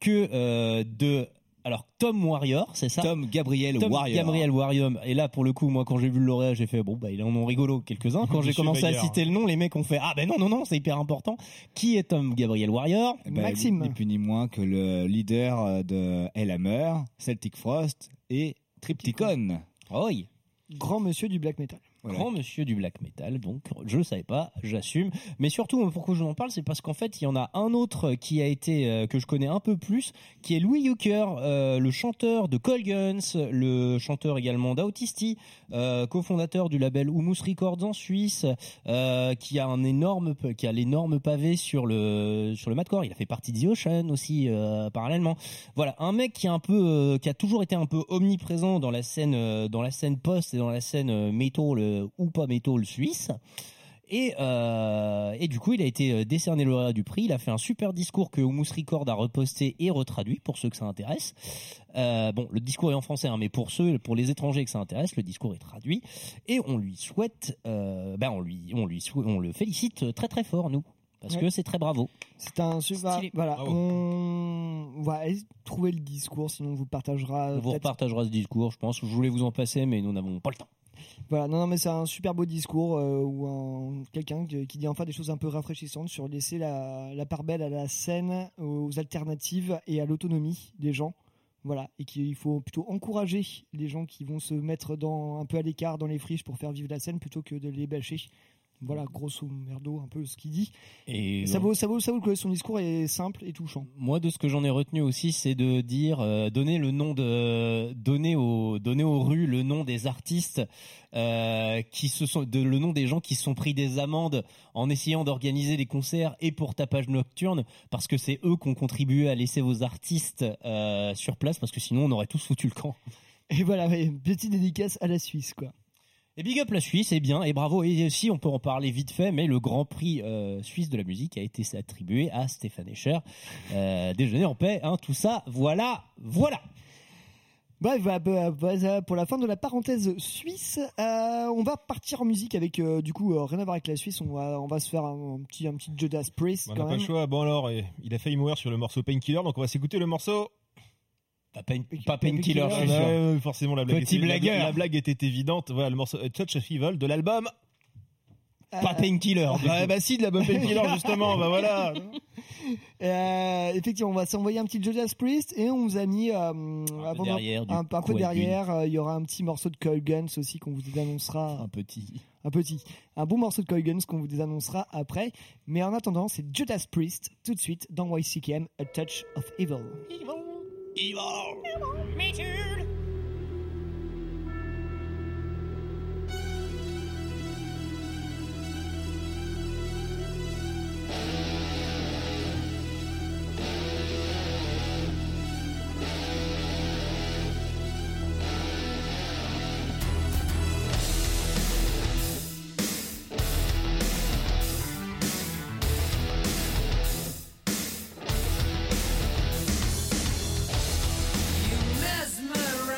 [SPEAKER 6] que de Tom Warrior, c'est ça?
[SPEAKER 4] Tom Gabriel Warrior.
[SPEAKER 6] Et là, pour le coup, moi, quand j'ai vu le lauréat, j'ai fait il en ont rigolo quelques-uns. Quand j'ai commencé à citer le nom, les mecs ont fait non, c'est hyper important. Qui est Tom Gabriel Warrior?
[SPEAKER 2] Maxime.
[SPEAKER 4] Ni plus ni moins que le leader de Hellhammer, Celtic Frost et Triptychon.
[SPEAKER 6] Oui.
[SPEAKER 2] Grand monsieur du black metal.
[SPEAKER 4] Voilà.
[SPEAKER 6] Grand monsieur du black metal, donc je ne savais pas, j'assume. Mais surtout, pourquoi je vous en parle, c'est parce qu'en fait, il y en a un autre qui a été, que je connais un peu plus, qui est Louis Yucker, le chanteur de Colguns, le chanteur également d'Autisti, cofondateur du label Humus Records en Suisse, qui a l'énorme pavé sur le Madcore. Il a fait partie de The Ocean aussi, parallèlement. Voilà, un mec qui a toujours été un peu omniprésent dans la scène post et dans la scène metal ou pas metal suisse. Et du coup, il a été décerné le lauréat du prix. Il a fait un super discours que Humus Records a reposté et retraduit pour ceux que ça intéresse. Le discours est en français, mais pour les étrangers que ça intéresse, le discours est traduit. Et on lui souhaite, on le félicite très très fort, nous. Parce que c'est très bravo.
[SPEAKER 2] C'est un super. Voilà,
[SPEAKER 3] bravo.
[SPEAKER 2] On va trouver le discours, sinon on vous partagera.
[SPEAKER 6] On vous repartagera ce discours, je pense. Je voulais vous en passer, mais nous n'avons pas le temps.
[SPEAKER 2] Voilà, non, mais c'est un super beau discours où quelqu'un qui dit enfin des choses un peu rafraîchissantes sur laisser la part belle à la scène, aux alternatives et à l'autonomie des gens. Voilà, et qu'il faut plutôt encourager les gens qui vont se mettre un peu à l'écart dans les friches pour faire vivre la scène plutôt que de les bâcher. Voilà, grosso merdo, un peu ce qu'il dit. Et ça vaut le coup. Son discours est simple et touchant.
[SPEAKER 6] Moi, de ce que j'en ai retenu aussi, c'est de dire, donner aux rues le nom des artistes, le nom des gens qui se sont pris des amendes en essayant d'organiser des concerts et pour tapage nocturne, parce que c'est eux qui ont contribué à laisser vos artistes sur place, parce que sinon on aurait tous foutu le camp.
[SPEAKER 2] Et voilà, petite dédicace à la Suisse, quoi.
[SPEAKER 6] Et big up la Suisse, et bien, et bravo. Et aussi, on peut en parler vite fait, mais le Grand Prix suisse de la musique a été attribué à Stéphane Escher. Déjeuner en paix, hein, tout ça, voilà.
[SPEAKER 2] Bref, pour la fin de la parenthèse suisse, on va partir en musique avec, du coup, rien à voir avec la Suisse. On va se faire un petit Judas Priest.
[SPEAKER 3] On
[SPEAKER 2] quand
[SPEAKER 3] n'a pas
[SPEAKER 2] même.
[SPEAKER 3] le choix. Bon alors, il a failli mourir sur le morceau Painkiller, donc on va s'écouter le morceau.
[SPEAKER 6] Pas Painkiller, je suis sûr.
[SPEAKER 3] Forcément, la blague était évidente. Voilà, le morceau Touch of Evil de l'album.
[SPEAKER 6] Pas Painkiller.
[SPEAKER 3] Si, de l'album Painkiller, justement. Voilà.
[SPEAKER 2] Effectivement, on va s'envoyer un petit Judas Priest et on vous a mis un peu derrière. Il y aura un petit morceau de Coil Guns aussi qu'on vous annoncera. Un beau morceau de Coil Guns qu'on vous annoncera après. Mais en attendant, c'est Judas Priest tout de suite dans YCKM, A Touch of Evil.
[SPEAKER 7] Me too. Mesmerize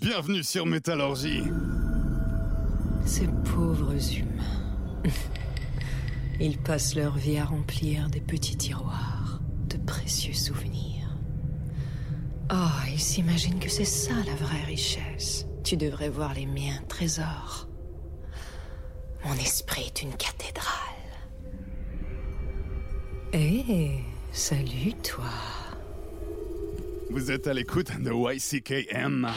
[SPEAKER 12] Bienvenue sur Métallurgie.
[SPEAKER 13] Ces pauvres humains. Ils passent leur vie à remplir des petits tiroirs de précieux souvenirs. Oh, ils s'imaginent que c'est ça la vraie richesse. Tu devrais voir les miens trésors. Mon esprit est une cathédrale. Hé, salut toi.
[SPEAKER 12] Vous êtes à l'écoute de YCKM.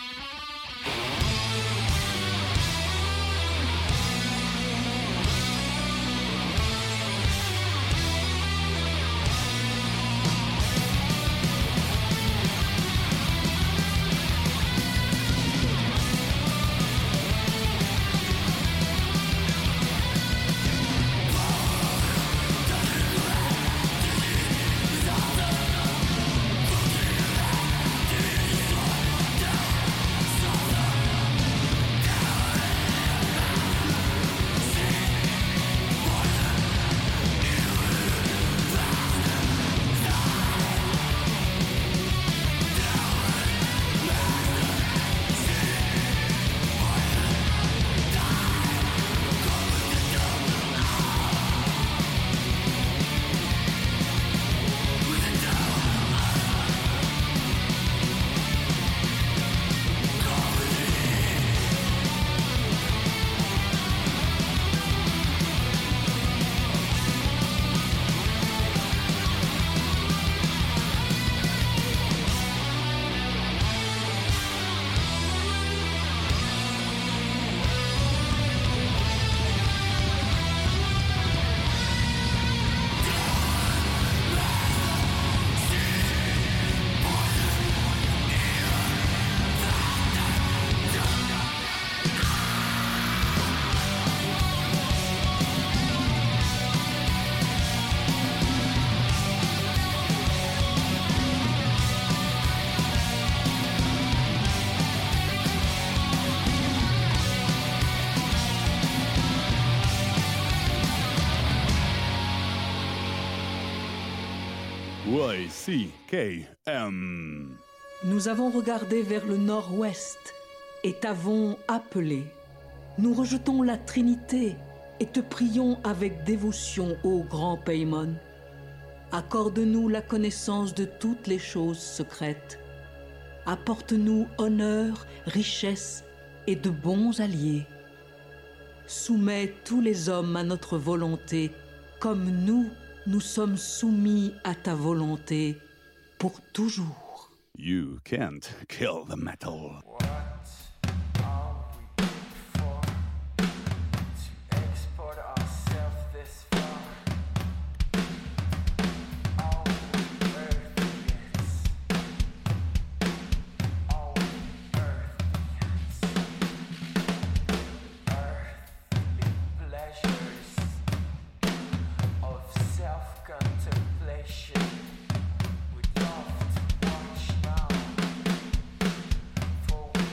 [SPEAKER 12] YCKM.
[SPEAKER 14] Nous avons regardé vers le nord-ouest et t'avons appelé. Nous rejetons la Trinité et te prions avec dévotion ô grand Paimon. Accorde-nous la connaissance de toutes les choses secrètes. Apporte-nous honneur, richesse et de bons alliés. Soumets tous les hommes à notre volonté, comme nous sommes soumis à ta volonté pour toujours.
[SPEAKER 12] You can't kill the metal.
[SPEAKER 7] Contemplation.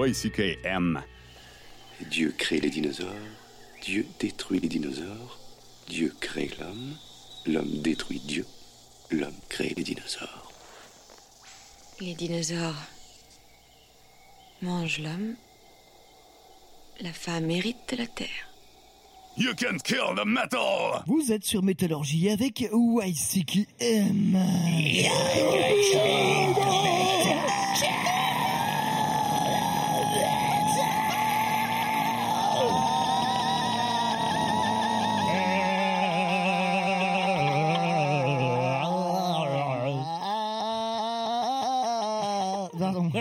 [SPEAKER 12] YCKM.
[SPEAKER 10] Dieu crée les dinosaures, Dieu détruit les dinosaures, Dieu crée l'homme, l'homme détruit Dieu, l'homme crée les dinosaures.
[SPEAKER 13] Les dinosaures mangent l'homme. La femme hérite de la terre.
[SPEAKER 12] You can kill the metal!
[SPEAKER 2] Vous êtes sur Métallurgie avec YCKM. Pardon.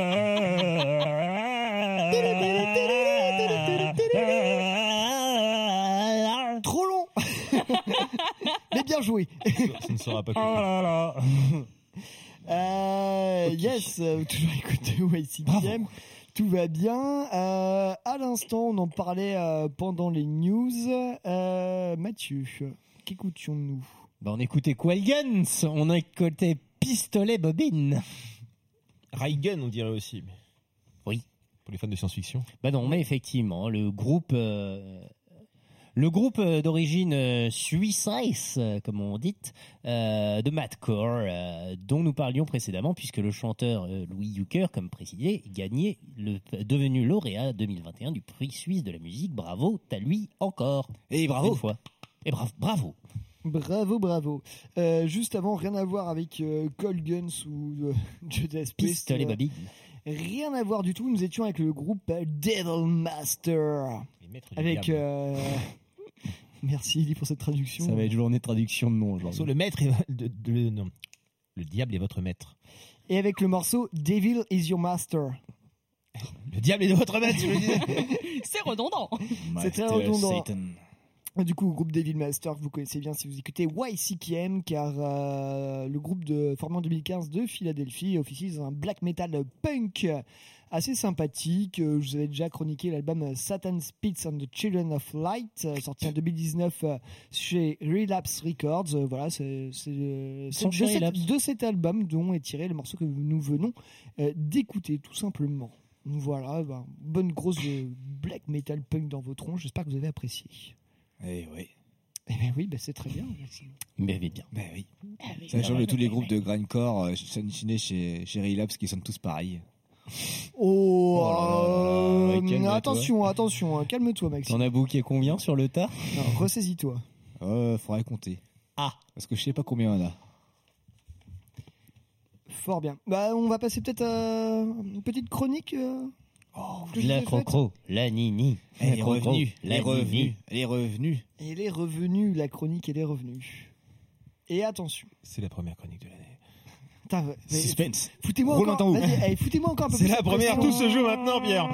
[SPEAKER 2] Trop long. Mais bien joué.
[SPEAKER 3] Ça ne sera pas coupé.
[SPEAKER 2] Yes, toujours écouté YCKM. Tout va bien. À l'instant, on en parlait pendant les news. Mathieu, qu'écoutions-nous?
[SPEAKER 6] On écoutait Quail on a écouté Pistolet Bobine.
[SPEAKER 3] Raigun, on dirait aussi.
[SPEAKER 6] Oui.
[SPEAKER 3] Pour les fans de science-fiction.
[SPEAKER 6] Non, mais effectivement, le groupe d'origine suisse, comme on dit, de Madcore, dont nous parlions précédemment, puisque le chanteur Louis Yucker, comme précisé, gagnait devenu lauréat 2021 du prix suisse de la musique. Bravo, t'as lui encore.
[SPEAKER 4] Et bravo.
[SPEAKER 6] Une fois. Et bravo.
[SPEAKER 2] Bravo. Juste avant, rien à voir avec Cold Guns ou Judas Priest.
[SPEAKER 6] Pistolet Bobine.
[SPEAKER 2] Rien à voir du tout. Nous étions avec le groupe Devil Master. Avec. Merci Elie pour cette traduction.
[SPEAKER 6] Ça va être journée de traduction de nom aujourd'hui.
[SPEAKER 3] Le maître non. Le diable est votre maître.
[SPEAKER 2] Et avec le morceau Devil is your master.
[SPEAKER 3] Le diable est votre maître, je le disais.
[SPEAKER 5] C'est redondant.
[SPEAKER 2] C'est très redondant.
[SPEAKER 4] Satan.
[SPEAKER 2] Du coup, le groupe Devil Master, que vous connaissez bien si vous écoutez YCKM, car le groupe formé en 2015 de Philadelphie officie dans un black metal punk assez sympathique. Je vous avais déjà chroniqué l'album Satan's Pits and the Children of Light, sorti en 2019 chez Relapse Records. Voilà, c'est de cet album dont est tiré le morceau que nous venons d'écouter, tout simplement. Voilà, bonne grosse black metal punk dans vos troncs. J'espère que vous avez apprécié.
[SPEAKER 4] Eh oui.
[SPEAKER 2] Eh bien oui, c'est très bien.
[SPEAKER 6] Mais bien.
[SPEAKER 4] Ben oui. Ça change de tous les groupes de grindcore chez Relapse qui sonnent tous pareils.
[SPEAKER 2] Attention, calme-toi, Maxime.
[SPEAKER 6] T'en as booké combien sur le tas?
[SPEAKER 2] Non, ressaisis-toi.
[SPEAKER 4] Faudrait compter.
[SPEAKER 6] Ah,
[SPEAKER 4] parce que je sais pas combien on a.
[SPEAKER 2] Fort bien. On va passer peut-être à une petite chronique.
[SPEAKER 6] La crocro, la nini.
[SPEAKER 4] Elle est revenue. La
[SPEAKER 2] chronique, elle est revenue. Et attention.
[SPEAKER 3] C'est la première chronique de l'année.
[SPEAKER 4] Suspense.
[SPEAKER 2] Foutez-moi encore. Foutez-moi encore un peu plus.
[SPEAKER 3] C'est la première, tout se joue maintenant, Pierre.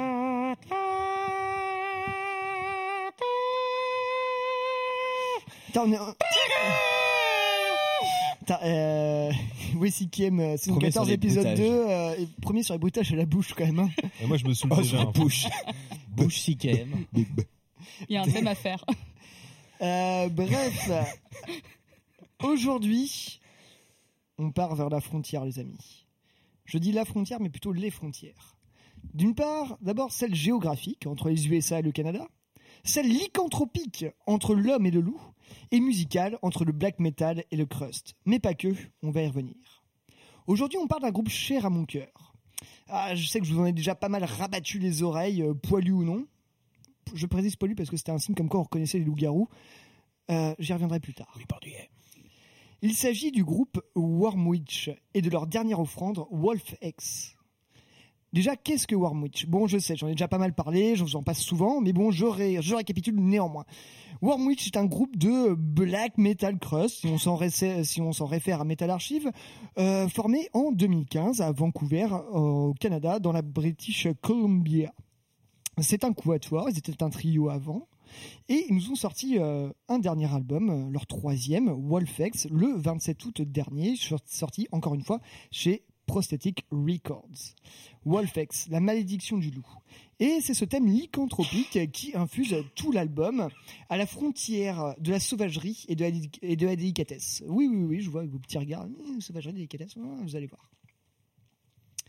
[SPEAKER 2] YCKM, saison 14, épisode 2, premier sur les bruitages à la bouche quand même.
[SPEAKER 3] Et moi je me souviens déjà.
[SPEAKER 6] Bouche CKM.
[SPEAKER 5] Il y a un thème à faire.
[SPEAKER 2] Bref, aujourd'hui, on part vers la frontière, les amis. Je dis la frontière, mais plutôt les frontières. D'une part, d'abord celle géographique entre les USA et le Canada, celle lycanthropique entre l'homme et le loup, et musicale entre le black metal et le crust. Mais pas que, on va y revenir. Aujourd'hui, on parle d'un groupe cher à mon cœur. Je sais que je vous en ai déjà pas mal rabattu les oreilles, poilus ou non. Je précise poilu parce que c'était un signe comme quoi on reconnaissait les loups-garous. J'y reviendrai plus tard.
[SPEAKER 3] Oui, Borduet.
[SPEAKER 2] Il s'agit du groupe Wormwitch et de leur dernière offrande, Wolf-X. Déjà, qu'est-ce que Wormwitch? Bon, je sais, j'en ai déjà pas mal parlé, je vous en passe souvent, mais bon, je récapitule néanmoins. Wormwitch est un groupe de black metal crust, si on s'en réfère à Metal Archive, formé en 2015 à Vancouver, au Canada, dans la British Columbia. C'est un quatuor, ils étaient un trio avant, et ils nous ont sorti un dernier album, leur troisième, Wolf-X, le 27 août dernier, sorti encore une fois chez Prosthetic Records. Wolf-X, la malédiction du loup. Et c'est ce thème lycanthropique qui infuse tout l'album à la frontière de la sauvagerie et de la délicatesse. Oui, je vois avec vos petits regards. Sauvagerie, délicatesse, vous allez voir.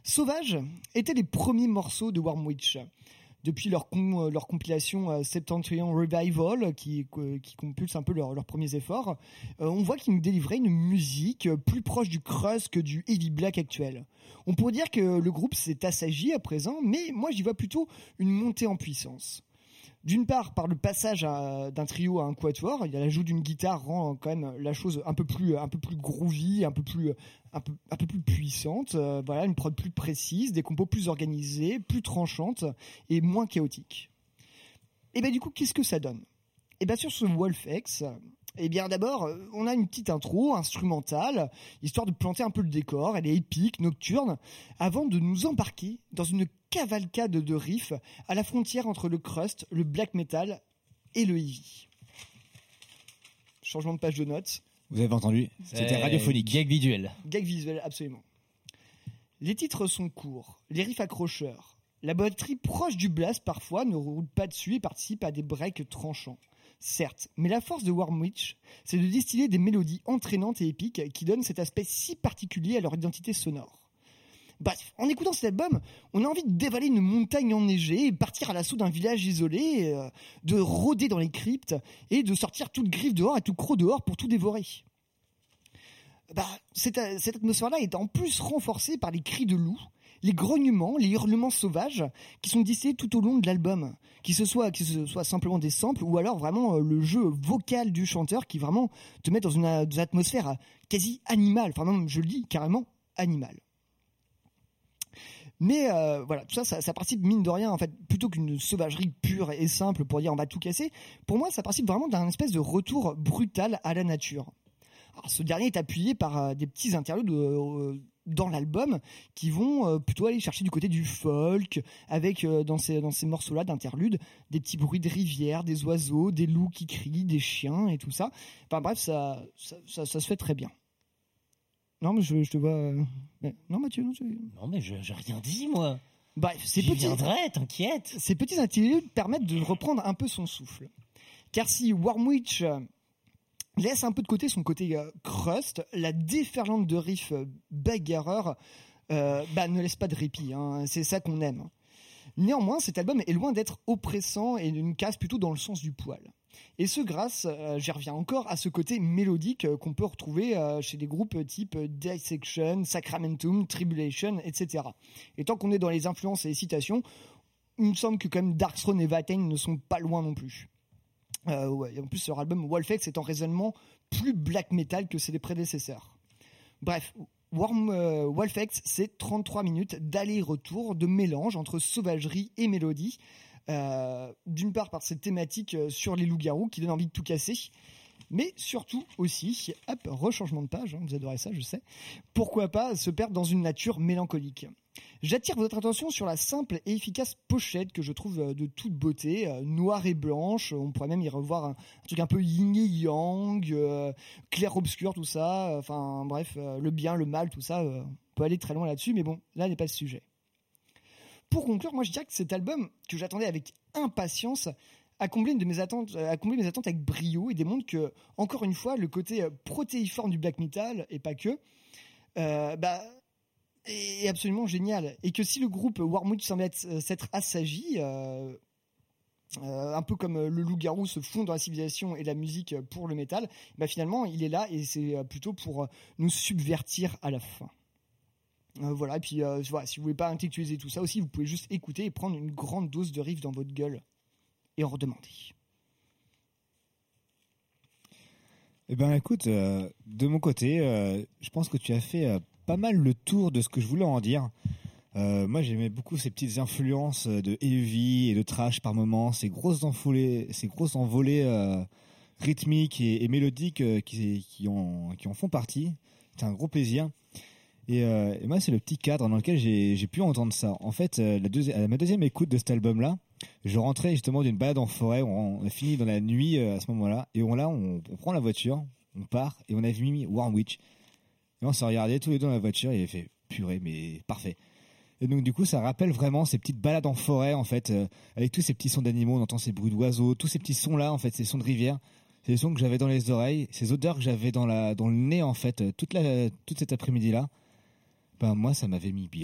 [SPEAKER 2] Sauvage étaient les premiers morceaux de Warm Witch. Depuis leur compilation Septentrion Revival, qui compulse un peu leurs premiers efforts, on voit qu'ils nous délivraient une musique plus proche du crust que du heavy black actuel. On pourrait dire que le groupe s'est assagi à présent, mais moi j'y vois plutôt une montée en puissance. D'une part, par le passage d'un trio à un quatuor, il y a l'ajout d'une guitare rend quand même la chose un peu plus groovy, un peu plus puissante. Voilà, une prod plus précise, des compos plus organisées, plus tranchantes et moins chaotiques. Et bien du coup, qu'est-ce que ça donne ? Et bien sur ce Wolfex, eh bien d'abord, on a une petite intro instrumentale, histoire de planter un peu le décor. Elle est épique, nocturne, avant de nous embarquer dans une cavalcade de riffs à la frontière entre le crust, le black metal et le heavy. Changement de page de notes.
[SPEAKER 4] Vous avez entendu ? C'était radiophonique.
[SPEAKER 6] Gag visuel.
[SPEAKER 2] Gag visuel, absolument. Les titres sont courts, les riffs accrocheurs. La batterie proche du blast parfois ne roule pas dessus et participe à des breaks tranchants. Certes, mais la force de Warm Witch, c'est de distiller des mélodies entraînantes et épiques qui donnent cet aspect si particulier à leur identité sonore. Bref, en écoutant cet album, on a envie de dévaler une montagne enneigée, partir à l'assaut d'un village isolé, de rôder dans les cryptes et de sortir toute griffe dehors et tout croc dehors pour tout dévorer. Cette atmosphère-là est en plus renforcée par les cris de loups, les grognements, les hurlements sauvages qui sont distillés tout au long de l'album, que ce soit simplement des samples ou alors vraiment le jeu vocal du chanteur qui vraiment te met dans une atmosphère quasi animale, enfin même je le dis carrément animale. Mais voilà, tout ça participe mine de rien en fait, plutôt qu'une sauvagerie pure et simple pour dire on va tout casser. Pour moi, ça participe vraiment d'un espèce de retour brutal à la nature. Alors, ce dernier est appuyé par des petits interludes dans l'album qui vont plutôt aller chercher du côté du folk, avec dans ces morceaux-là d'interludes des petits bruits de rivière, des oiseaux, des loups qui crient, des chiens et tout ça. Enfin bref, ça se fait très bien. Non, mais je te vois. Non, Mathieu, non.
[SPEAKER 6] Non, mais j'ai rien dit, moi.
[SPEAKER 2] Bref,
[SPEAKER 6] J'y viendrai, t'inquiète.
[SPEAKER 2] Ces petits interludes permettent de reprendre un peu son souffle. Car si Warm Witch laisse un peu de côté son côté crust, la déferlante de riffs bagarreurs ne laisse pas de répit. Hein. C'est ça qu'on aime. Néanmoins, cet album est loin d'être oppressant et nous casse plutôt dans le sens du poil. Et ce grâce, j'y reviens encore, à ce côté mélodique qu'on peut retrouver chez des groupes type Dissection, Sacramentum, Tribulation, etc. Et tant qu'on est dans les influences et les citations, il me semble que quand même Darkthrone et Watain ne sont pas loin non plus. Ouais, en plus, leur album Wolfex est en raisonnement plus black metal que ses prédécesseurs. Bref, Wolfex, c'est 33 minutes d'aller-retour, de mélange entre sauvagerie et mélodie. D'une part par cette thématique sur les loups-garous qui donne envie de tout casser, mais surtout aussi, rechangement de page, hein, vous adorez ça, je sais, pourquoi pas se perdre dans une nature mélancolique. J'attire votre attention sur la simple et efficace pochette que je trouve de toute beauté, noire et blanche, on pourrait même y revoir un truc un peu yin et yang, clair-obscur, tout ça, enfin bref, le bien, le mal, tout ça, on peut aller très loin là-dessus, mais bon, là n'est pas le sujet. Pour conclure, moi je dirais que cet album, que j'attendais avec impatience, a comblé mes attentes avec brio et démontre que, encore une fois, le côté protéiforme du black metal, et pas que, est absolument génial. Et que si le groupe Warm Witch semble s'être assagi, un peu comme le loup-garou se fond dans la civilisation et la musique pour le métal, finalement il est là et c'est plutôt pour nous subvertir à la fin. Voilà, et puis voilà, si vous voulez pas intellectualiser tout ça aussi, vous pouvez juste écouter et prendre une grande dose de riff dans votre gueule et en redemander.
[SPEAKER 4] Eh ben écoute, de mon côté, je pense que tu as fait pas mal le tour de ce que je voulais en dire. Moi j'aimais beaucoup ces petites influences de heavy et de thrash par moments, ces grosses envolées rythmiques et mélodiques qui en font partie. C'est un gros plaisir. Et moi, c'est le petit cadre dans lequel j'ai pu entendre ça. En fait, à ma deuxième écoute de cet album-là, je rentrais justement d'une balade en forêt. On a fini dans la nuit à ce moment-là. Et on prend la voiture, on part et on a mis Warm Witch. Et on s'est regardé tous les deux dans la voiture et il a fait purée, mais parfait. Et donc du coup, ça rappelle vraiment ces petites balades en forêt, en fait, avec tous ces petits sons d'animaux. On entend ces bruits d'oiseaux, tous ces petits sons-là, en fait, ces sons de rivière. C'est des sons que j'avais dans les oreilles, ces odeurs que j'avais dans le nez, en fait, toute cet après-midi-là. Ben moi ça m'avait mis bien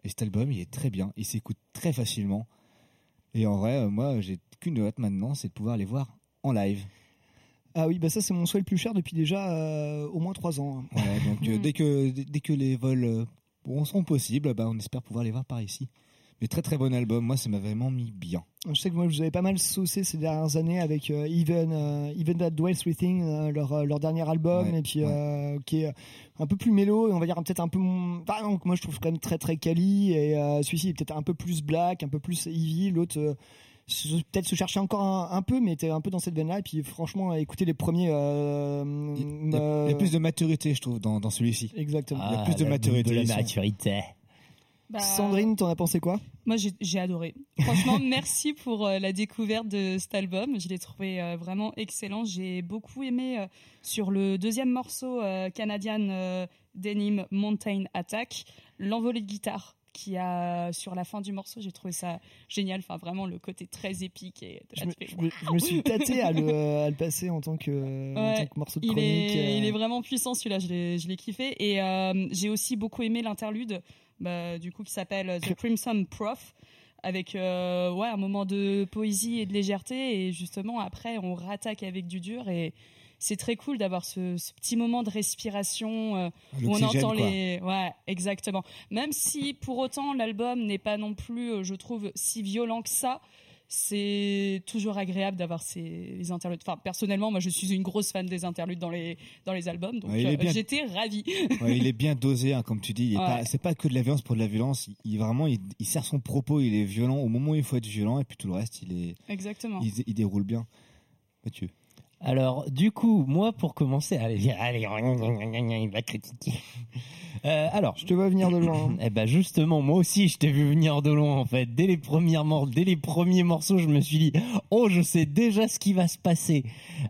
[SPEAKER 4] Et cet album, il est très bien, il s'écoute très facilement. Et en vrai, moi, j'ai qu'une hâte maintenant, c'est de pouvoir les voir en live.
[SPEAKER 2] Ah oui, bah ça c'est mon souhait le plus cher depuis déjà au moins 3 ans.
[SPEAKER 4] Ouais, donc dès que les vols seront possibles, on espère pouvoir les voir par ici. Mais très très bon album, moi ça m'a vraiment mis bien.
[SPEAKER 2] Je sais que moi je vous avais pas mal saucé ces dernières années avec Even That Dwells Within, leur dernier album,
[SPEAKER 4] Ouais,
[SPEAKER 2] et puis qui est un peu plus mélo, et on va dire peut-être un peu donc moi je trouve quand même très très quali, et celui-ci est peut-être un peu plus black, un peu plus heavy, l'autre peut-être se chercher encore un peu, mais était un peu dans cette veine là, et puis franchement écoutez les premiers
[SPEAKER 4] Il y a plus de maturité, je trouve, dans celui-ci.
[SPEAKER 2] Exactement.
[SPEAKER 4] Il y a plus de maturité.
[SPEAKER 6] De la
[SPEAKER 4] Ils sont-
[SPEAKER 6] maturité.
[SPEAKER 5] Bah,
[SPEAKER 2] Sandrine, t'en as pensé quoi?
[SPEAKER 5] Moi, j'ai adoré. Franchement, merci pour la découverte de cet album. Je l'ai trouvé vraiment excellent. J'ai beaucoup aimé sur le deuxième morceau Canadian Denim Mountain Attack, l'envolée de guitare qui a sur la fin du morceau. J'ai trouvé ça génial. Enfin, vraiment le côté très épique. Et
[SPEAKER 2] Je me suis tâté à le passer en tant que morceau de chronique.
[SPEAKER 5] Il est vraiment puissant celui-là. Je l'ai kiffé. Et j'ai aussi beaucoup aimé l'interlude. Du coup qui s'appelle The Crimson Prof, avec un moment de poésie et de légèreté, et justement après on rattaque avec du dur, et c'est très cool d'avoir ce petit moment de respiration où on entend les... Ouais, exactement. Même si pour autant l'album n'est pas non plus, je trouve, si violent que ça, c'est toujours agréable d'avoir les interludes. Enfin, personnellement, moi, je suis une grosse fan des interludes dans les albums, donc j'étais ravie.
[SPEAKER 4] Ouais, il est bien dosé, comme tu dis. C'est pas que de la violence pour de la violence. Il sert son propos. Il est violent au moment où il faut être violent, et puis tout le reste,
[SPEAKER 5] Exactement.
[SPEAKER 4] Il déroule bien. Mathieu.
[SPEAKER 6] Alors, du coup, moi, pour commencer, allez, il va critiquer. Alors,
[SPEAKER 2] je te vois venir de loin.
[SPEAKER 6] Eh ben, justement, moi aussi, je t'ai vu venir de loin, en fait. Dès les premiers morceaux, je me suis dit, oh, je sais déjà ce qui va se passer.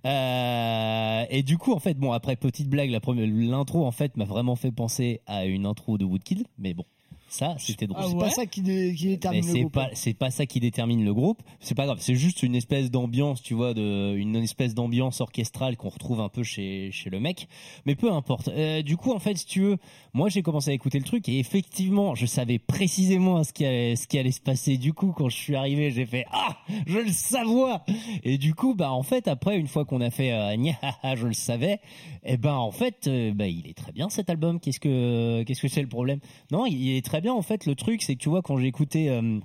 [SPEAKER 6] Et du coup, en fait, bon, après, petite blague, l'intro, en fait, m'a vraiment fait penser à une intro de Woodkid, mais bon. Ça, c'était drôle.
[SPEAKER 2] C'est pas ça qui détermine le groupe.
[SPEAKER 6] C'est pas ça qui détermine le groupe. C'est pas grave. C'est juste une espèce d'ambiance, tu vois, une espèce d'ambiance orchestrale qu'on retrouve un peu chez le mec. Mais peu importe. Du coup, en fait, si tu veux, moi, j'ai commencé à écouter le truc, et effectivement, je savais précisément ce qui allait se passer. Du coup, quand je suis arrivé, j'ai fait, je le savais. Et du coup, en fait, après, une fois qu'on a fait, je le savais, en fait, il est très bien, cet album. Qu'est-ce que c'est le problème? Non, il est très bien. En fait, le truc, c'est que tu vois, quand j'écoute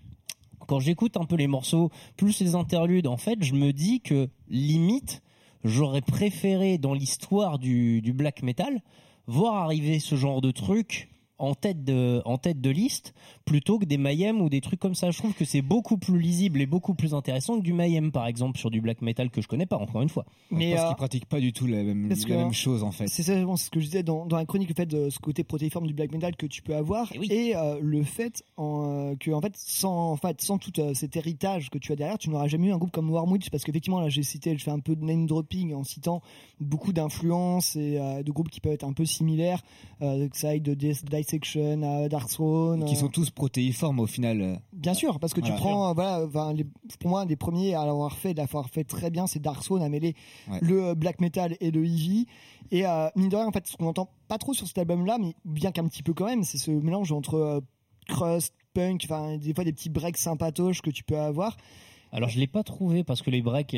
[SPEAKER 6] un peu les morceaux, plus les interludes, en fait, je me dis que limite, j'aurais préféré dans l'histoire du black metal voir arriver ce genre de truc en tête de liste, plutôt que des Mayhem ou des trucs comme ça. Je trouve que c'est beaucoup plus lisible et beaucoup plus intéressant que du Mayhem, par exemple, sur du black metal que je connais pas, encore une fois.
[SPEAKER 4] Mais parce qu'ils pratiquent pas du tout la même chose, en fait.
[SPEAKER 2] C'est ça, ce que je disais dans la chronique, le fait de ce côté protéiforme du black metal que tu peux avoir, et le fait que, en fait, sans tout cet héritage que tu as derrière, tu n'auras jamais eu un groupe comme Wormwitch, parce qu'effectivement, là, je fais un peu de name dropping en citant beaucoup d'influences et de groupes qui peuvent être un peu similaires, que ça aille de Dissection, Darkthrone,
[SPEAKER 4] qui sont tous protéiformes au final.
[SPEAKER 2] Bien sûr, parce que tu prends, pour moi, des premiers à l'avoir fait très bien, c'est Darkthrone à mêler le black metal et le heavy. Et mine de rien, en fait, ce qu'on entend pas trop sur cet album-là, mais bien qu'un petit peu quand même, c'est ce mélange entre crust, punk, enfin des fois des petits breaks sympatoches que tu peux avoir.
[SPEAKER 6] Alors je l'ai pas trouvé parce que les breaks,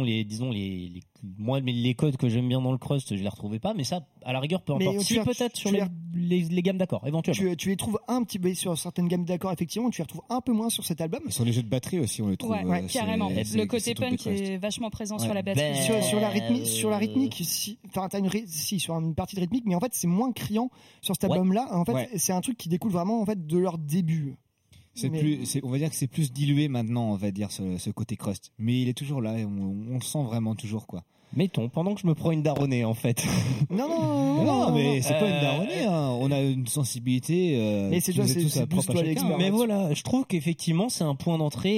[SPEAKER 6] moi les codes que j'aime bien dans le crust, je les retrouvais pas, mais ça à la rigueur peu importe. Si peut-être sur les gammes d'accords éventuellement.
[SPEAKER 2] Tu les trouves un petit peu sur certaines gammes d'accords, effectivement, tu les retrouves un peu moins sur cet album.
[SPEAKER 4] Sur les jeux de batterie aussi on les trouve.
[SPEAKER 5] Ouais, carrément. Le côté punk est vachement présent sur la batterie.
[SPEAKER 2] Sur la rythmique, sur une partie de rythmique, mais en fait c'est moins criant sur cet album-là. En fait, c'est un truc qui découle vraiment en fait de leur début.
[SPEAKER 4] On va dire que c'est plus dilué maintenant, on va dire, ce côté crust. Mais il est toujours là, et on le sent vraiment toujours, quoi.
[SPEAKER 6] Mettons, pendant que je me prends une daronnée, en fait.
[SPEAKER 2] Non,
[SPEAKER 4] mais c'est pas une daronnée, hein. On a une sensibilité.
[SPEAKER 2] Mais c'est plus toi l'expert.
[SPEAKER 6] Mais voilà, je trouve qu'effectivement, c'est un point d'entrée,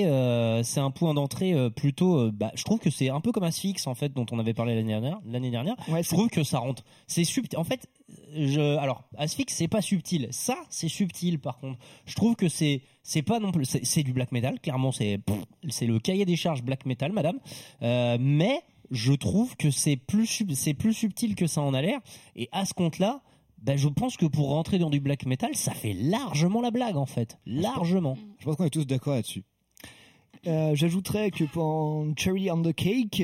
[SPEAKER 6] plutôt, je trouve que c'est un peu comme Asphyx, en fait, dont on avait parlé l'année dernière. Ouais, je trouve que ça rentre. C'est subtil. En fait, alors, Asphyx, c'est pas subtil. Ça, c'est subtil, par contre. Je trouve que c'est pas non plus, c'est du black metal, clairement, c'est le cahier des charges black metal, madame. Mais, je trouve que c'est plus subtil que ça en a l'air, et à ce compte-là, je pense que pour rentrer dans du black metal, ça fait largement la blague en fait. Largement.
[SPEAKER 4] Je pense qu'on est tous d'accord là-dessus.
[SPEAKER 2] J'ajouterais que pour Cherry on the Cake,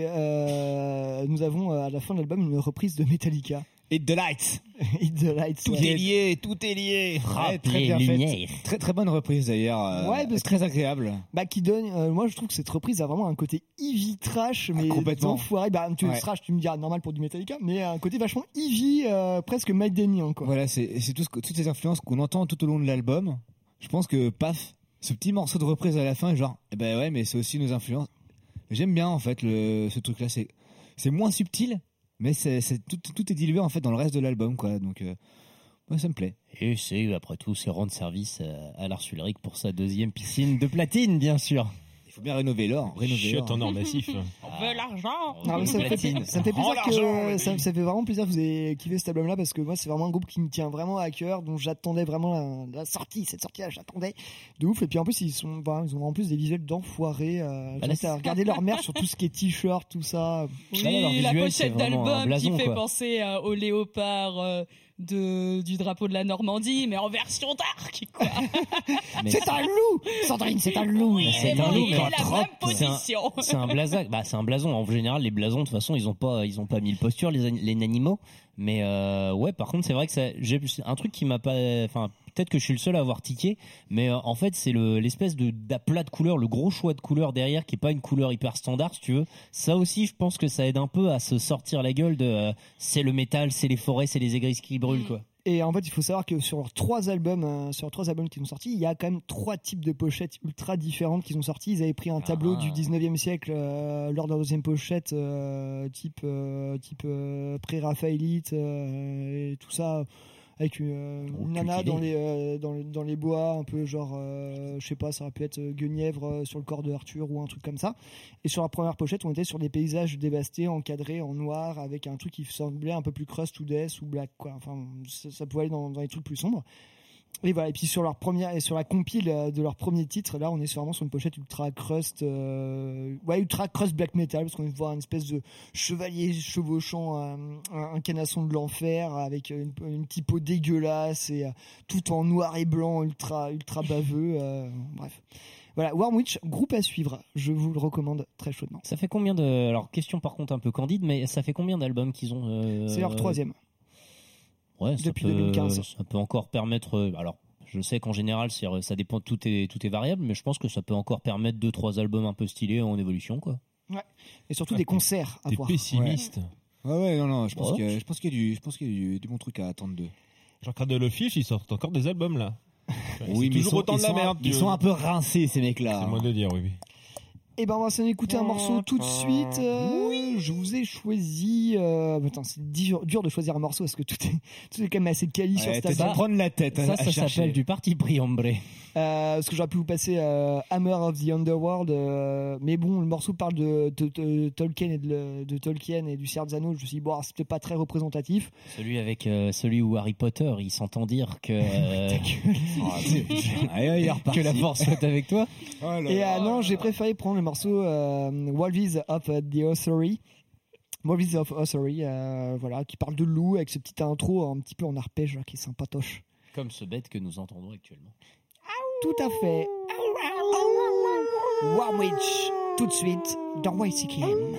[SPEAKER 2] nous avons à la fin de l'album une reprise de Metallica.
[SPEAKER 4] Hit the Lights.
[SPEAKER 2] Hit the Lights.
[SPEAKER 6] Tout est lié, tout est lié.
[SPEAKER 4] Ouais, très bien faite. Très très bonne reprise d'ailleurs.
[SPEAKER 2] Ouais, parce
[SPEAKER 4] très agréable.
[SPEAKER 2] Qui donne. Moi, je trouve que cette reprise a vraiment un côté heavy trash, mais
[SPEAKER 4] complètement.
[SPEAKER 2] enfoiré. Trash, tu me diras normal pour du Metallica, mais un côté vachement heavy, presque Maidenian, quoi.
[SPEAKER 4] Voilà, c'est toutes ces influences qu'on entend tout au long de l'album. Je pense que paf, ce petit morceau de reprise à la fin, genre, ouais, mais c'est aussi nos influences. J'aime bien en fait ce truc-là. C'est moins subtil. Mais tout est dilué en fait dans le reste de l'album, quoi. Donc, moi, ça me plaît.
[SPEAKER 6] Et après tout, c'est rendre service à Lars Ulrich pour sa deuxième piscine de platine, bien sûr.
[SPEAKER 4] Il faut bien rénover l'or.
[SPEAKER 3] Chiotte en or massif.
[SPEAKER 5] On veut l'argent.
[SPEAKER 2] Ça me fait plaisir ça fait vraiment plaisir que vous ayez kiffé cet album-là, parce que moi, c'est vraiment un groupe qui me tient vraiment à cœur, dont j'attendais vraiment la sortie. Cette sortie-là, j'attendais de ouf. Et puis en plus, ils ont en plus des visuels d'enfoirés. Regardez leur mère sur tout ce qui est t-shirt, tout ça.
[SPEAKER 5] Oui, la pochette d'album qui fait penser au léopard. Du drapeau de la Normandie, mais en version dark, quoi.
[SPEAKER 2] C'est un loup, Sandrine, c'est un loup.
[SPEAKER 5] Oui,
[SPEAKER 6] c'est un loup,
[SPEAKER 5] il a la même position.
[SPEAKER 6] C'est un blason. C'est un blason. En général, les blasons, de toute façon, ils ont pas mille postures, les animaux. Mais ouais, par contre, c'est vrai que j'ai un truc qui m'a pas. Enfin, peut-être que je suis le seul à avoir tiqué, mais en fait, c'est l'espèce d'aplat de couleurs, le gros choix de couleurs derrière, qui est pas une couleur hyper standard, si tu veux. Ça aussi, je pense que ça aide un peu à se sortir la gueule de. C'est le métal, c'est les forêts, c'est les aigrisses qui brûlent, quoi.
[SPEAKER 2] Et en fait, il faut savoir que sur leurs 3 albums qui sont sortis, il y a quand même 3 types de pochettes ultra différentes qui sont sorties. Ils avaient pris un tableau du 19e siècle lors de leur deuxième pochette, type pré-raphaélite, et tout ça, avec une nana dans les bois, un peu genre, je sais pas, ça aurait pu être Guenièvre sur le corps de Arthur ou un truc comme ça. Et sur la première pochette, on était sur des paysages dévastés, encadrés en noir, avec un truc qui semblait un peu plus crust ou death ou black, quoi. Enfin, ça pouvait aller dans les trucs plus sombres. Et voilà. Et puis sur la compile de leur premier titre, là, on est vraiment sur une pochette ultra crust, ultra crust black metal, parce qu'on voit une espèce de chevalier chevauchant un canasson de l'enfer avec une typo dégueulasse et tout en noir et blanc, ultra baveux. Bref. Voilà, Wormwitch, groupe à suivre. Je vous le recommande très chaudement.
[SPEAKER 6] Ça fait combien de. Alors, question par contre un peu candide, mais ça fait combien d'albums qu'ils ont
[SPEAKER 2] C'est leur 3e.
[SPEAKER 6] Ouais,
[SPEAKER 2] depuis 2015.
[SPEAKER 6] Ça peut encore permettre. Alors, je sais qu'en général, ça dépend, tout est variable, mais je pense que ça peut encore permettre 2-3 albums un peu stylés en évolution, quoi.
[SPEAKER 2] Ouais. Et surtout des concerts à voir.
[SPEAKER 3] T'es pessimiste.
[SPEAKER 4] Ouais, non. Je pense qu'il y a du bon truc à attendre d'eux.
[SPEAKER 3] Jean-Claude Delofiche, ils sortent encore des albums là.
[SPEAKER 4] Oui, mais
[SPEAKER 3] toujours autant de la merde.
[SPEAKER 4] Ils sont un peu rincés, ces mecs-là.
[SPEAKER 3] C'est le moins de dire, oui.
[SPEAKER 2] Et ben on va s'en écouter un morceau tout de suite. Je vous ai choisi. Attends, c'est dur de choisir un morceau parce que tout est quand même assez quali sur cette
[SPEAKER 4] album. Prendre la tête.
[SPEAKER 6] Ça s'appelle du parti pris, hombre.
[SPEAKER 2] Parce que j'aurais pu vous passer Hammer of the Underworld, mais bon, le morceau parle de Tolkien et de Tolkien et du Seigneur des Anneaux. Je me suis dit bon, c'était pas très représentatif.
[SPEAKER 6] Celui où Harry Potter, il s'entend dire que que la force soit avec toi.
[SPEAKER 2] Non, j'ai préféré prendre le morceau Wolves of the Ossuary. Wolves of Ossuary, voilà, qui parle de loup avec ce petit intro un petit peu en arpège qui est sympatoche.
[SPEAKER 6] Comme ce bête que nous entendons actuellement.
[SPEAKER 2] Tout à fait. Wormwitch, tout de suite dans YCKM.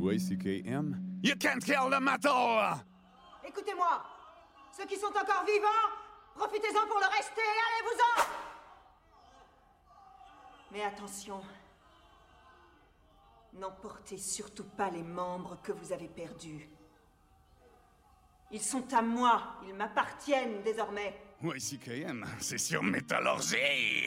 [SPEAKER 12] YCKM? You can't kill the metal!
[SPEAKER 15] Écoutez-moi, ceux qui sont encore vivants, profitez-en pour le rester, allez-vous-en! Mais attention, n'emportez surtout pas les membres que vous avez perdus. Ils sont à moi, ils m'appartiennent désormais.
[SPEAKER 12] YCKM, c'est sur Métallurgie!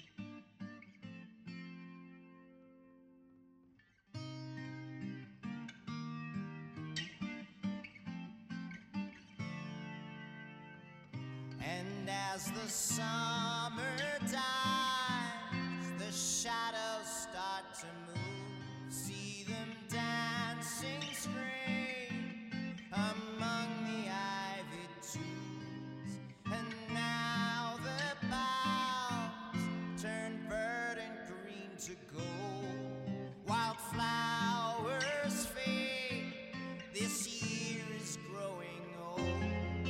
[SPEAKER 16] And as the summer dies, the shadows start to move. See them dancing straight among the ivy trees. And now the boughs turn verdant green to gold. Wildflowers fade, this year is growing old.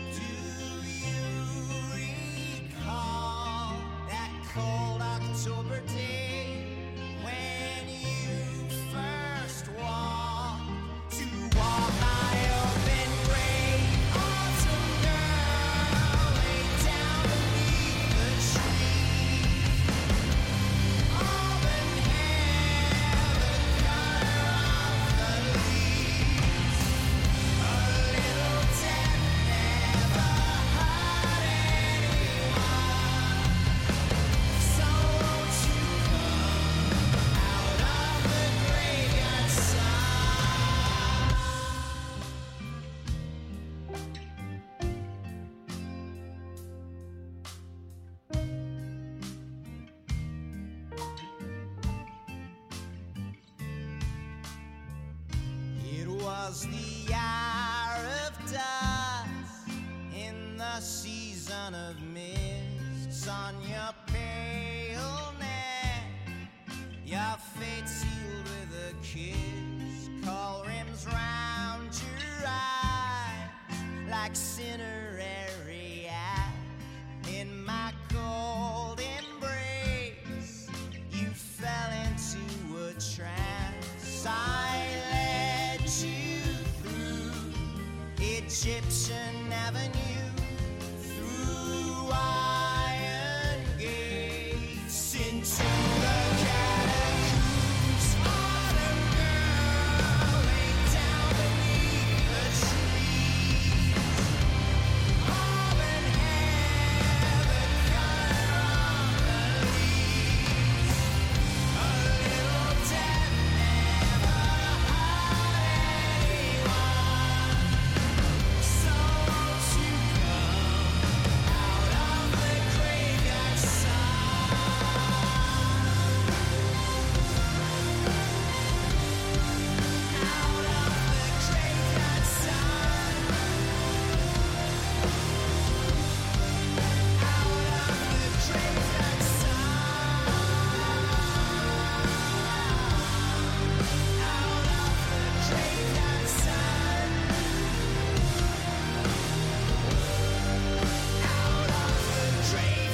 [SPEAKER 16] Cold October day when you first walked to walk my open grave. Autumn girl lay down beneath the tree. Auburn hair, the color of the leaves. A little death never hurt anyone. So won't you come out of the graveyard sun? It was the hour of dusk in the season of mists on your pale neck, your fate sealed with a kiss. Cold rims round your eyes like cinerary ash. In my cold embrace, you fell into a trance. I led you through Egyptian Avenue, through iron gates, into the catacombs. Autumn girl lay down beneath the trees. Auburn hair, the color of the leaves. A little death never hurt anyone. So won't you come out of the graveyard sun? Out of the graveyard sun. Out of the graveyard sun. Out of the graveyard sun. Out of the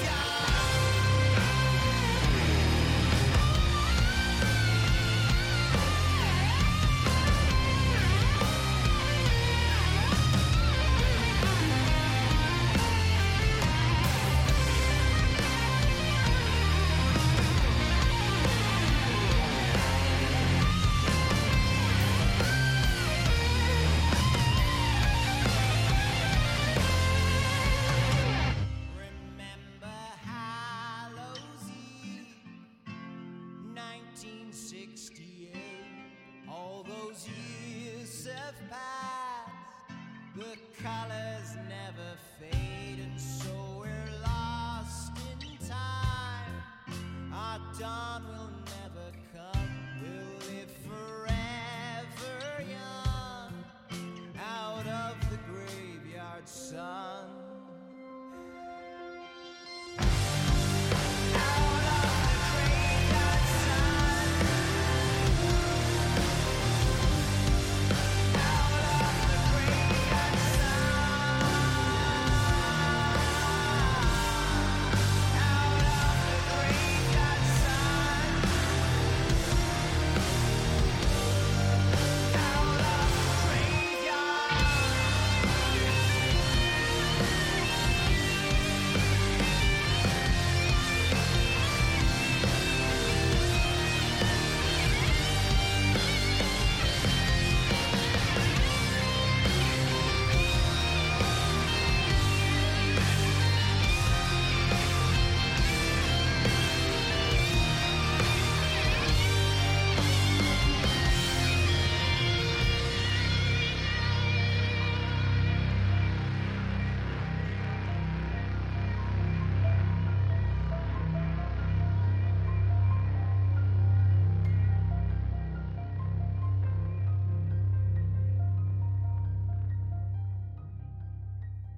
[SPEAKER 16] Remember Hallows Eve, 1968. All those years have passed, the colors never fade, and so we're lost in time. Our dawn will never come, we'll live forever young, out of the graveyard sun. Sun.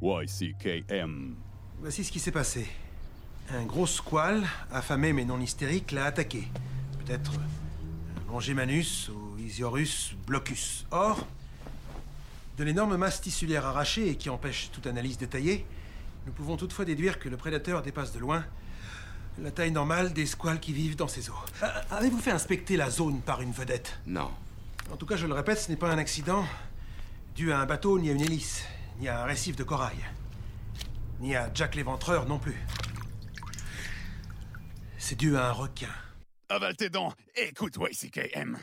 [SPEAKER 12] YCKM.
[SPEAKER 17] Voici ce qui s'est passé. Un gros squale, affamé mais non hystérique, l'a attaqué. Peut-être Longimanus ou Isiorus blocus. Or, de l'énorme masse tissulaire arrachée et qui empêche toute analyse détaillée, nous pouvons toutefois déduire que le prédateur dépasse de loin la taille normale des squales qui vivent dans ces eaux. Avez-vous fait inspecter la zone par une vedette?
[SPEAKER 10] Non.
[SPEAKER 17] En tout cas, je le répète, ce n'est pas un accident dû à un bateau, ni à une hélice, ni à un récif de corail, ni à Jack l'Éventreur non plus. C'est dû à un requin.
[SPEAKER 12] Avale tes dents, écoute YCKM.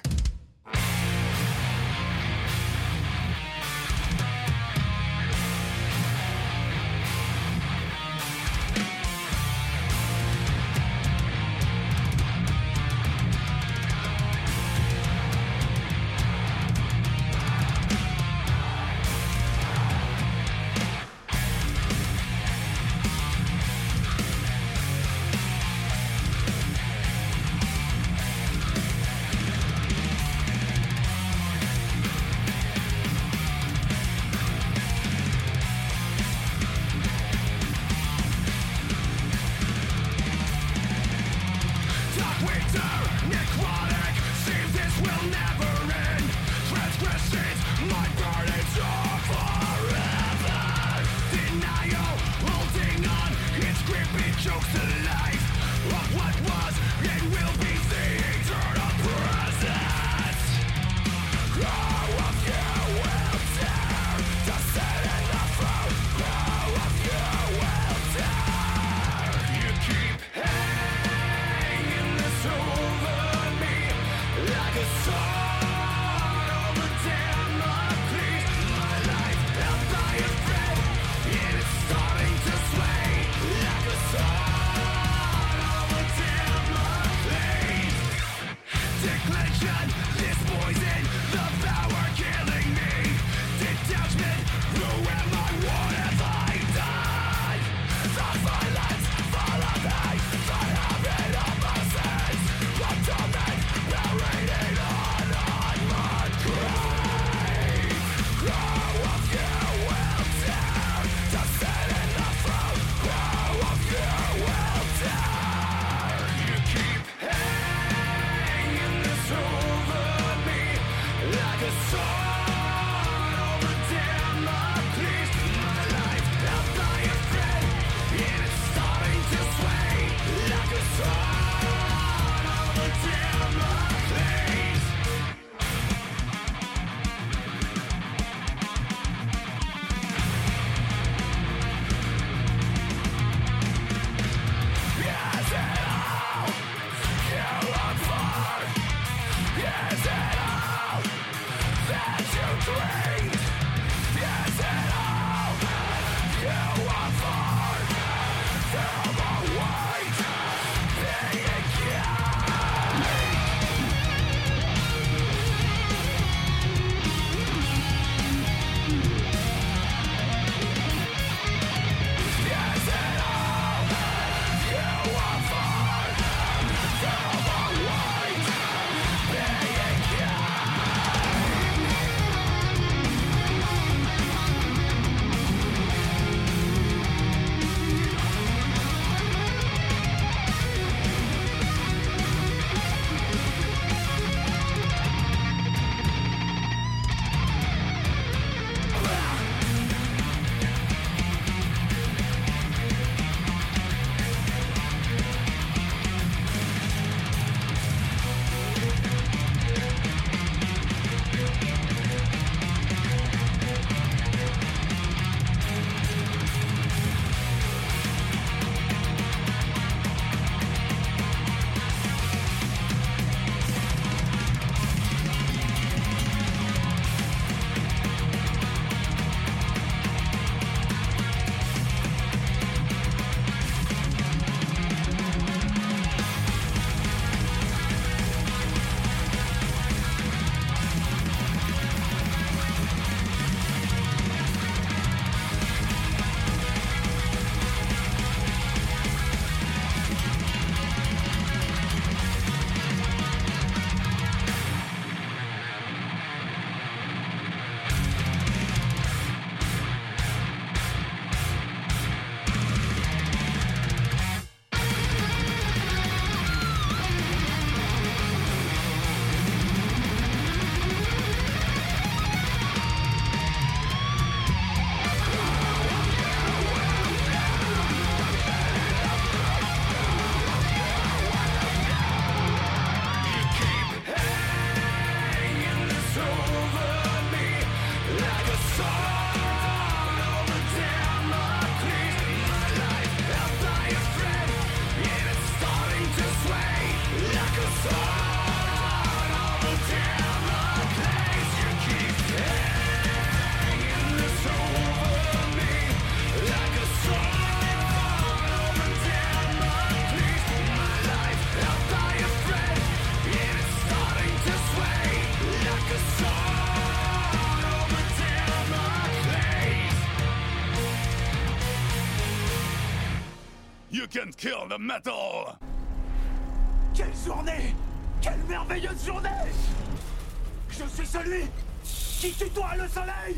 [SPEAKER 12] can kill the metal!
[SPEAKER 1] Quelle journée! Quelle merveilleuse journée! Je suis celui qui tutoie le soleil!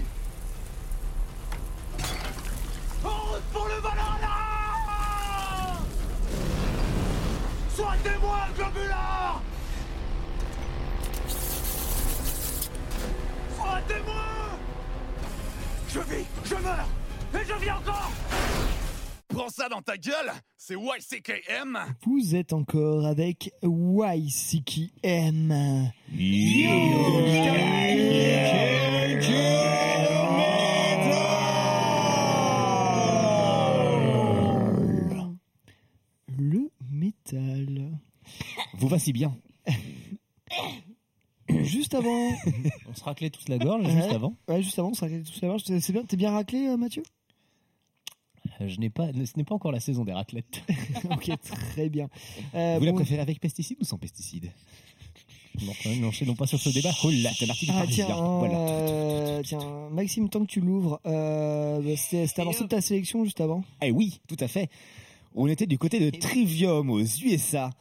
[SPEAKER 1] En route pour le Valhalla! Sois témoin, Globulard! Sois témoin! Je vis, je meurs, et je vis encore!
[SPEAKER 12] Prends ça dans ta gueule, c'est YCKM!
[SPEAKER 2] Vous êtes encore avec YCKM. Le métal.
[SPEAKER 4] Vous va si bien.
[SPEAKER 2] Juste avant.
[SPEAKER 6] On se raclait toute la gorge juste avant.
[SPEAKER 2] Ouais, juste avant, on se raclait toute la gorge. C'est bien, t'es bien raclé, Mathieu?
[SPEAKER 6] Ce n'est pas encore la saison des raclettes.
[SPEAKER 2] Ok, très bien.
[SPEAKER 4] Vous la préférez avec pesticides ou sans pesticides? Non, pas sur ce débat. Oh là, c'est un article parisien. Voilà.
[SPEAKER 2] Tiens, Maxime, tant que tu l'ouvres, c'était un morceau de ta sélection juste avant.
[SPEAKER 4] Eh oui, tout à fait. On était du côté de Trivium aux USA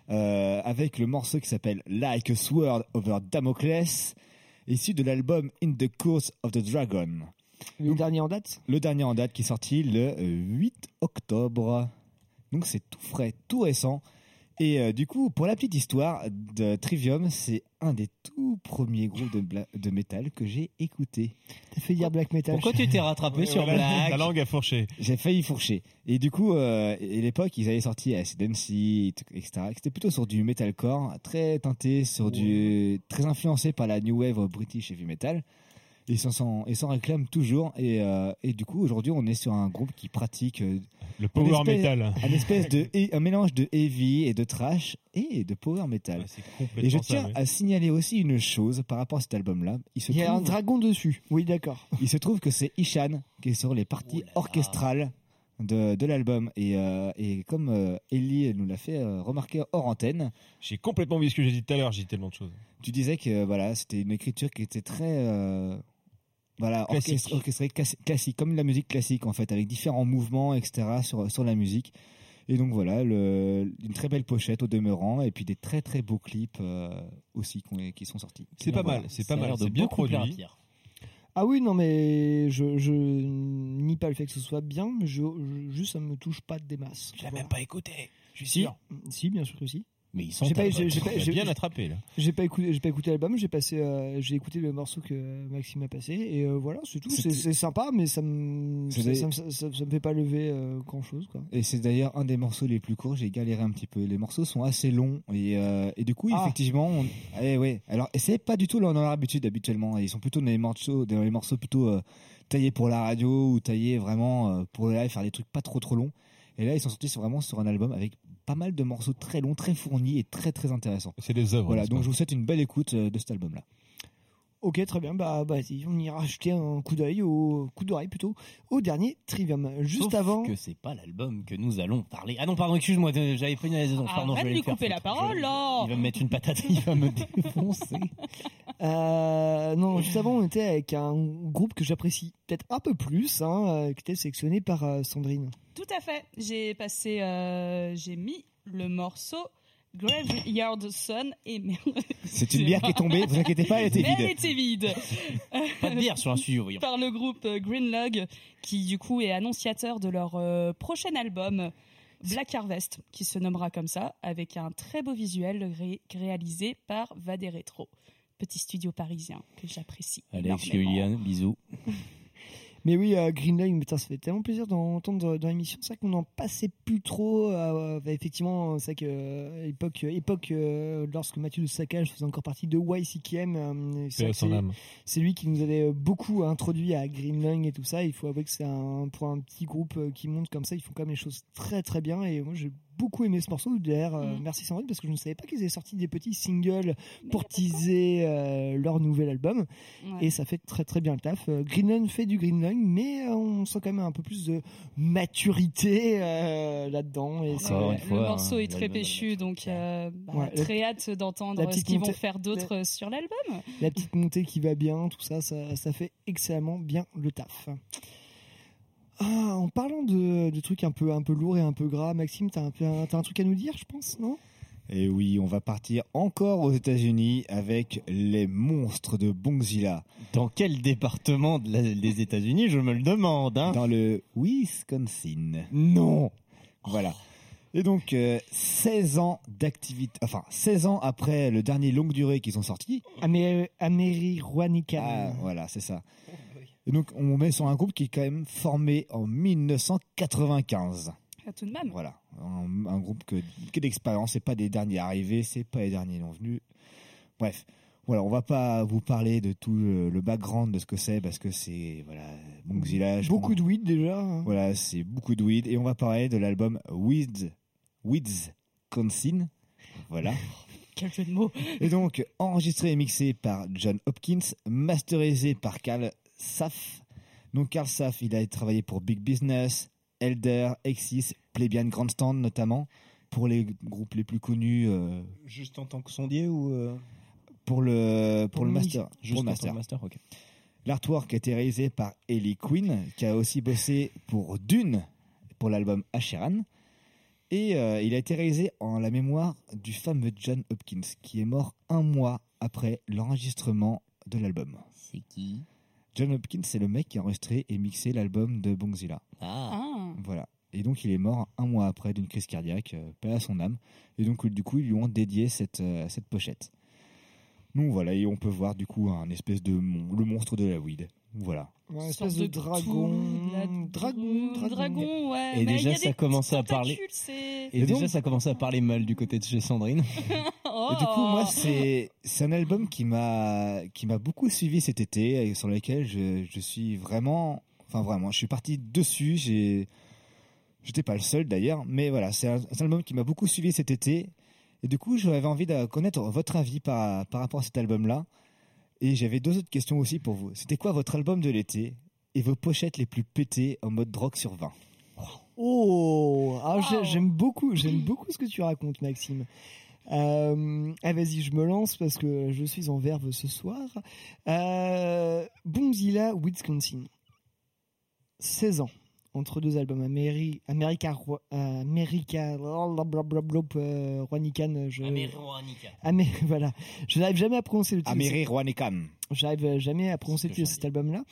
[SPEAKER 4] avec le morceau qui s'appelle Like a Sword Over Damocles, issu de l'album In the Course of the Dragon.
[SPEAKER 2] Le dernier en date?
[SPEAKER 4] Le dernier en date qui est sorti le 8 octobre. Donc c'est tout frais, tout récent. Et du coup, pour la petite histoire de Trivium, c'est un des tout premiers groupes de métal que j'ai écouté.
[SPEAKER 2] T'as fait dire black metal.
[SPEAKER 6] Pourquoi tu t'es rattrapé sur black?
[SPEAKER 3] Ta langue a fourché.
[SPEAKER 4] J'ai failli fourcher. Et du coup, à l'époque, ils avaient sorti Accidency, etc. C'était plutôt sur du metalcore, très teinté sur très influencé par la new wave British heavy metal. Et s'en réclament toujours. Et du coup, aujourd'hui, on est sur un groupe qui pratique
[SPEAKER 3] le power metal.
[SPEAKER 4] Un mélange de heavy et de thrash et de power metal.
[SPEAKER 3] Ouais, c'est complètement
[SPEAKER 4] et je
[SPEAKER 3] ça,
[SPEAKER 4] tiens à signaler aussi une chose par rapport à cet album-là.
[SPEAKER 2] Il y a un dragon dessus. Oui, d'accord.
[SPEAKER 4] Il se trouve que c'est Ishan qui est sur les parties orchestrales de l'album. Et comme Ellie nous l'a fait remarquer hors antenne.
[SPEAKER 3] J'ai complètement oublié ce que j'ai dit tout à l'heure, j'ai dit tellement de choses.
[SPEAKER 4] Tu disais que voilà, c'était une écriture qui était très orchestrée classique, comme la musique classique en fait, avec différents mouvements, etc. sur la musique. Et donc voilà, une très belle pochette au demeurant, et puis des très très beaux clips aussi qui sont sortis.
[SPEAKER 3] C'est pas mal, c'est bien produit.
[SPEAKER 2] Ah oui, non, mais je nie pas le fait que ce soit bien, mais juste ça me touche pas des masses.
[SPEAKER 3] Tu l'as même pas écouté, je suis sûr.
[SPEAKER 2] Si, bien sûr que si.
[SPEAKER 6] Mais ils sont
[SPEAKER 3] j'ai bien attrapé là.
[SPEAKER 2] J'ai pas écouté l'album, j'ai écouté le morceau que Maxime a passé, et voilà, c'est tout. C'est sympa, mais ça me fait pas lever grand chose, quoi.
[SPEAKER 4] Et c'est d'ailleurs un des morceaux les plus courts. J'ai galéré un petit peu. Les morceaux sont assez longs, et du coup effectivement, alors c'est pas du tout dans leur habitude habituellement. Ils sont plutôt dans les morceaux plutôt taillés pour la radio ou taillés vraiment pour le live, faire des trucs pas trop longs. Et là, ils sont sortis vraiment sur un album avec pas mal de morceaux très longs, très fournis et très très intéressants.
[SPEAKER 3] C'est des œuvres.
[SPEAKER 4] Voilà, donc je vous souhaite une belle écoute de cet album-là.
[SPEAKER 2] Ok, très bien. Bah, on ira jeter un coup d'oreille plutôt au dernier Trivium. Juste
[SPEAKER 6] Sauf
[SPEAKER 2] avant.
[SPEAKER 6] que c'est pas l'album que nous allons parler. Ah non, pardon, excuse-moi, j'avais pris une raison. Pardon, je vais
[SPEAKER 5] lui couper la parole, là.
[SPEAKER 6] Il va me mettre une patate, il va me défoncer.
[SPEAKER 2] Non, juste avant, on était avec un groupe que j'apprécie peut-être un peu plus, qui était sélectionné par Sandrine.
[SPEAKER 5] Tout à fait. J'ai mis le morceau Graveyard Sun et merde.
[SPEAKER 4] C'est une bière qui est tombée, vous inquiétez pas, elle était vide.
[SPEAKER 5] Elle était vide.
[SPEAKER 6] Pas de bière sur un studio, voyons.
[SPEAKER 5] Par le groupe Greenlog, qui du coup est annonciateur de leur prochain album Black Harvest, qui se nommera comme ça, avec un très beau visuel réalisé par Vadé Retro, petit studio parisien que j'apprécie.
[SPEAKER 6] Alex, Julian, bisous.
[SPEAKER 2] Mais oui, Greenlog, ça fait tellement plaisir d'entendre dans l'émission. C'est vrai qu'on n'en passait plus trop. Effectivement, c'est vrai qu'à l'époque, lorsque Mathieu de Saccage faisait encore partie de YCKM, c'est lui qui nous avait beaucoup introduit à Greenlog et tout ça. Il faut avouer que pour un petit groupe qui monte comme ça, ils font quand même les choses très très bien. Et moi, j'ai beaucoup aimé ce morceau. D'ailleurs, merci Sandrine, parce que je ne savais pas qu'ils avaient sorti des petits singles pour teaser leur nouvel album. Ouais. Et ça fait très très bien le taf. Greenlog fait du Greenlog, mais on sent quand même un peu plus de maturité là-dedans. Et
[SPEAKER 5] le morceau est très péchu, donc très hâte d'entendre ce qu'ils vont faire d'autres sur l'album.
[SPEAKER 2] La petite montée qui va bien, tout ça, ça fait excellemment bien le taf. En parlant de trucs un peu lourds et un peu gras, Maxime, t'as un truc à nous dire, je pense, non?
[SPEAKER 4] Et oui, on va partir encore aux États-Unis avec les monstres de Bongzilla.
[SPEAKER 6] Dans quel département des États-Unis, je me le demande, hein?
[SPEAKER 4] Dans le Wisconsin. Non. Voilà. Et donc, 16 ans d'activité, 16 ans après le dernier longue durée qu'ils ont sorti.
[SPEAKER 2] Amerihuanica.
[SPEAKER 4] Ah, voilà, c'est ça. Et donc, on met sur un groupe qui est quand même formé en 1995.
[SPEAKER 5] Ah, tout de même.
[SPEAKER 4] Voilà. Un groupe qui a d'expérience, c'est pas des derniers arrivés, c'est pas les derniers non venus. Bref. Voilà, on va pas vous parler de tout le background de ce que c'est, parce que c'est, voilà, Bongzilla.
[SPEAKER 2] Beaucoup de weed déjà. Hein.
[SPEAKER 4] Voilà, c'est beaucoup de weed. Et on va parler de l'album Wisconsin. Voilà.
[SPEAKER 5] Quel jeu de mots.
[SPEAKER 4] Et donc, enregistré et mixé par John Hopkins, masterisé par Carl Saff. Donc, Carl Saff, il a travaillé pour Big Business, Elder, Exis, Plebeian Grandstand notamment, pour les groupes les plus connus.
[SPEAKER 6] Juste en tant que sondier ou
[SPEAKER 4] pour le master.
[SPEAKER 6] Juste
[SPEAKER 4] Pour le
[SPEAKER 6] en tant que master, ok.
[SPEAKER 4] L'artwork a été réalisé par Ellie Quinn, qui a aussi bossé pour Dune, pour l'album Asheran. Et il a été réalisé en la mémoire du fameux John Hopkins, qui est mort un mois après l'enregistrement de l'album.
[SPEAKER 6] C'est qui?
[SPEAKER 4] John Hopkins, c'est le mec qui a enregistré et mixé l'album de Bongzilla.
[SPEAKER 5] Ah.
[SPEAKER 4] Voilà. Et donc, il est mort un mois après d'une crise cardiaque, paix à son âme. Et donc, du coup, ils lui ont dédié cette pochette. Donc voilà, et on peut voir du coup un espèce de le monstre de la weed. Voilà.
[SPEAKER 2] Ouais, une espèce de dragon.
[SPEAKER 5] Dragon, ouais.
[SPEAKER 6] Et
[SPEAKER 5] mais
[SPEAKER 6] déjà,
[SPEAKER 5] il y a
[SPEAKER 6] ça
[SPEAKER 5] des
[SPEAKER 6] commençait à
[SPEAKER 5] petits
[SPEAKER 6] parler.
[SPEAKER 5] tentacules, c'est-
[SPEAKER 6] Et déjà, ça commençait à parler mal du côté de chez Sandrine.
[SPEAKER 5] Oh.
[SPEAKER 4] Et du coup, moi, c'est un album qui m'a beaucoup suivi cet été, et sur lequel je suis vraiment, je suis parti dessus. J'étais pas le seul d'ailleurs, mais voilà, c'est un album qui m'a beaucoup suivi cet été. Et du coup, j'avais envie de connaître votre avis par rapport à cet album-là. Et j'avais 2 autres questions aussi pour vous. C'était quoi votre album de l'été et vos pochettes les plus pétées en mode drogue sur 20?
[SPEAKER 2] Oh, j'aime beaucoup ce que tu racontes, Maxime. Vas-y, je me lance parce que je suis en verve ce soir. Bongzilla, Wisconsin. 16 ans. Entre 2 albums, America Ruanican. Voilà. Je n'arrive jamais à prononcer le titre.
[SPEAKER 4] Ameriruanican.
[SPEAKER 2] J'arrive jamais à prononcer cet album-là.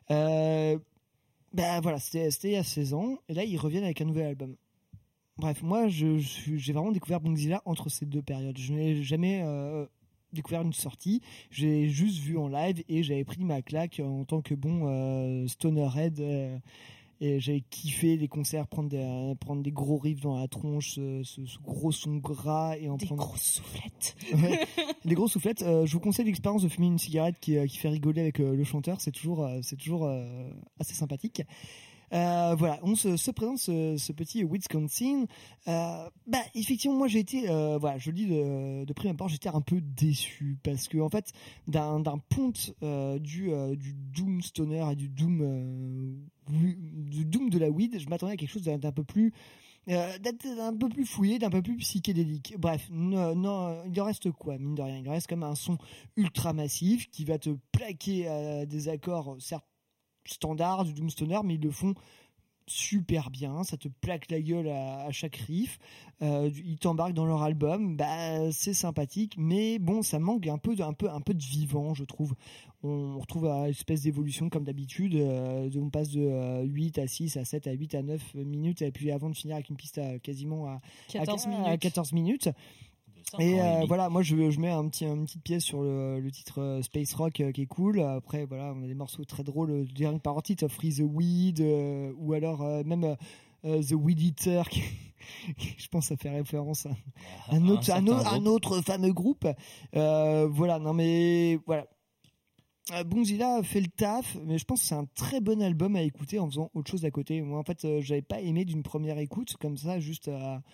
[SPEAKER 2] Voilà, c'était il y a 16 ans. Et là, ils reviennent avec un nouvel album. Bref, moi, j'ai vraiment découvert Bongzilla entre ces 2 périodes. Je n'ai jamais découvert une sortie. J'ai juste vu en live et j'avais pris ma claque en tant que bon stonerhead. Et j'avais kiffé les concerts, prendre des gros riffs dans la tronche, ce gros son gras et
[SPEAKER 5] des grosses soufflettes.
[SPEAKER 2] Ouais, des grosses soufflettes. Je vous conseille l'expérience de fumer une cigarette qui fait rigoler avec le chanteur. C'est toujours assez sympathique. Voilà, on se présente ce petit Wisconsin. Effectivement, moi j'ai été, je le dis de prime abord, j'étais un peu déçu parce que en fait, d'un ponte du doom stoner et du doom de la weed, je m'attendais à quelque chose d'un peu plus fouillé, d'un peu plus psychédélique. Bref, non, il en reste quoi, mine de rien? Il en reste comme un son ultra massif qui va te plaquer des accords, certes standard du doom stoner, mais ils le font super bien, ça te plaque la gueule à chaque riff. Ils t'embarquent dans leur album, c'est sympathique, mais bon, ça manque un peu de vivant, je trouve. On retrouve une espèce d'évolution comme d'habitude, on passe de 8 à 6 à 7 à 8 à 9 minutes, et puis avant de finir avec une piste quasiment à 14 minutes. Et voilà, moi je mets une petite pièce sur le titre Space Rock qui est cool. Après voilà, on a des morceaux très drôles, rien que par titre, Free the Weed, ou alors même The Weed Eater, qui je pense ça fait référence à un autre fameux groupe. Voilà, non mais voilà. Bongzilla fait le taf, mais je pense que c'est un très bon album à écouter en faisant autre chose à côté. Moi en fait, j'avais pas aimé d'une première écoute comme ça, juste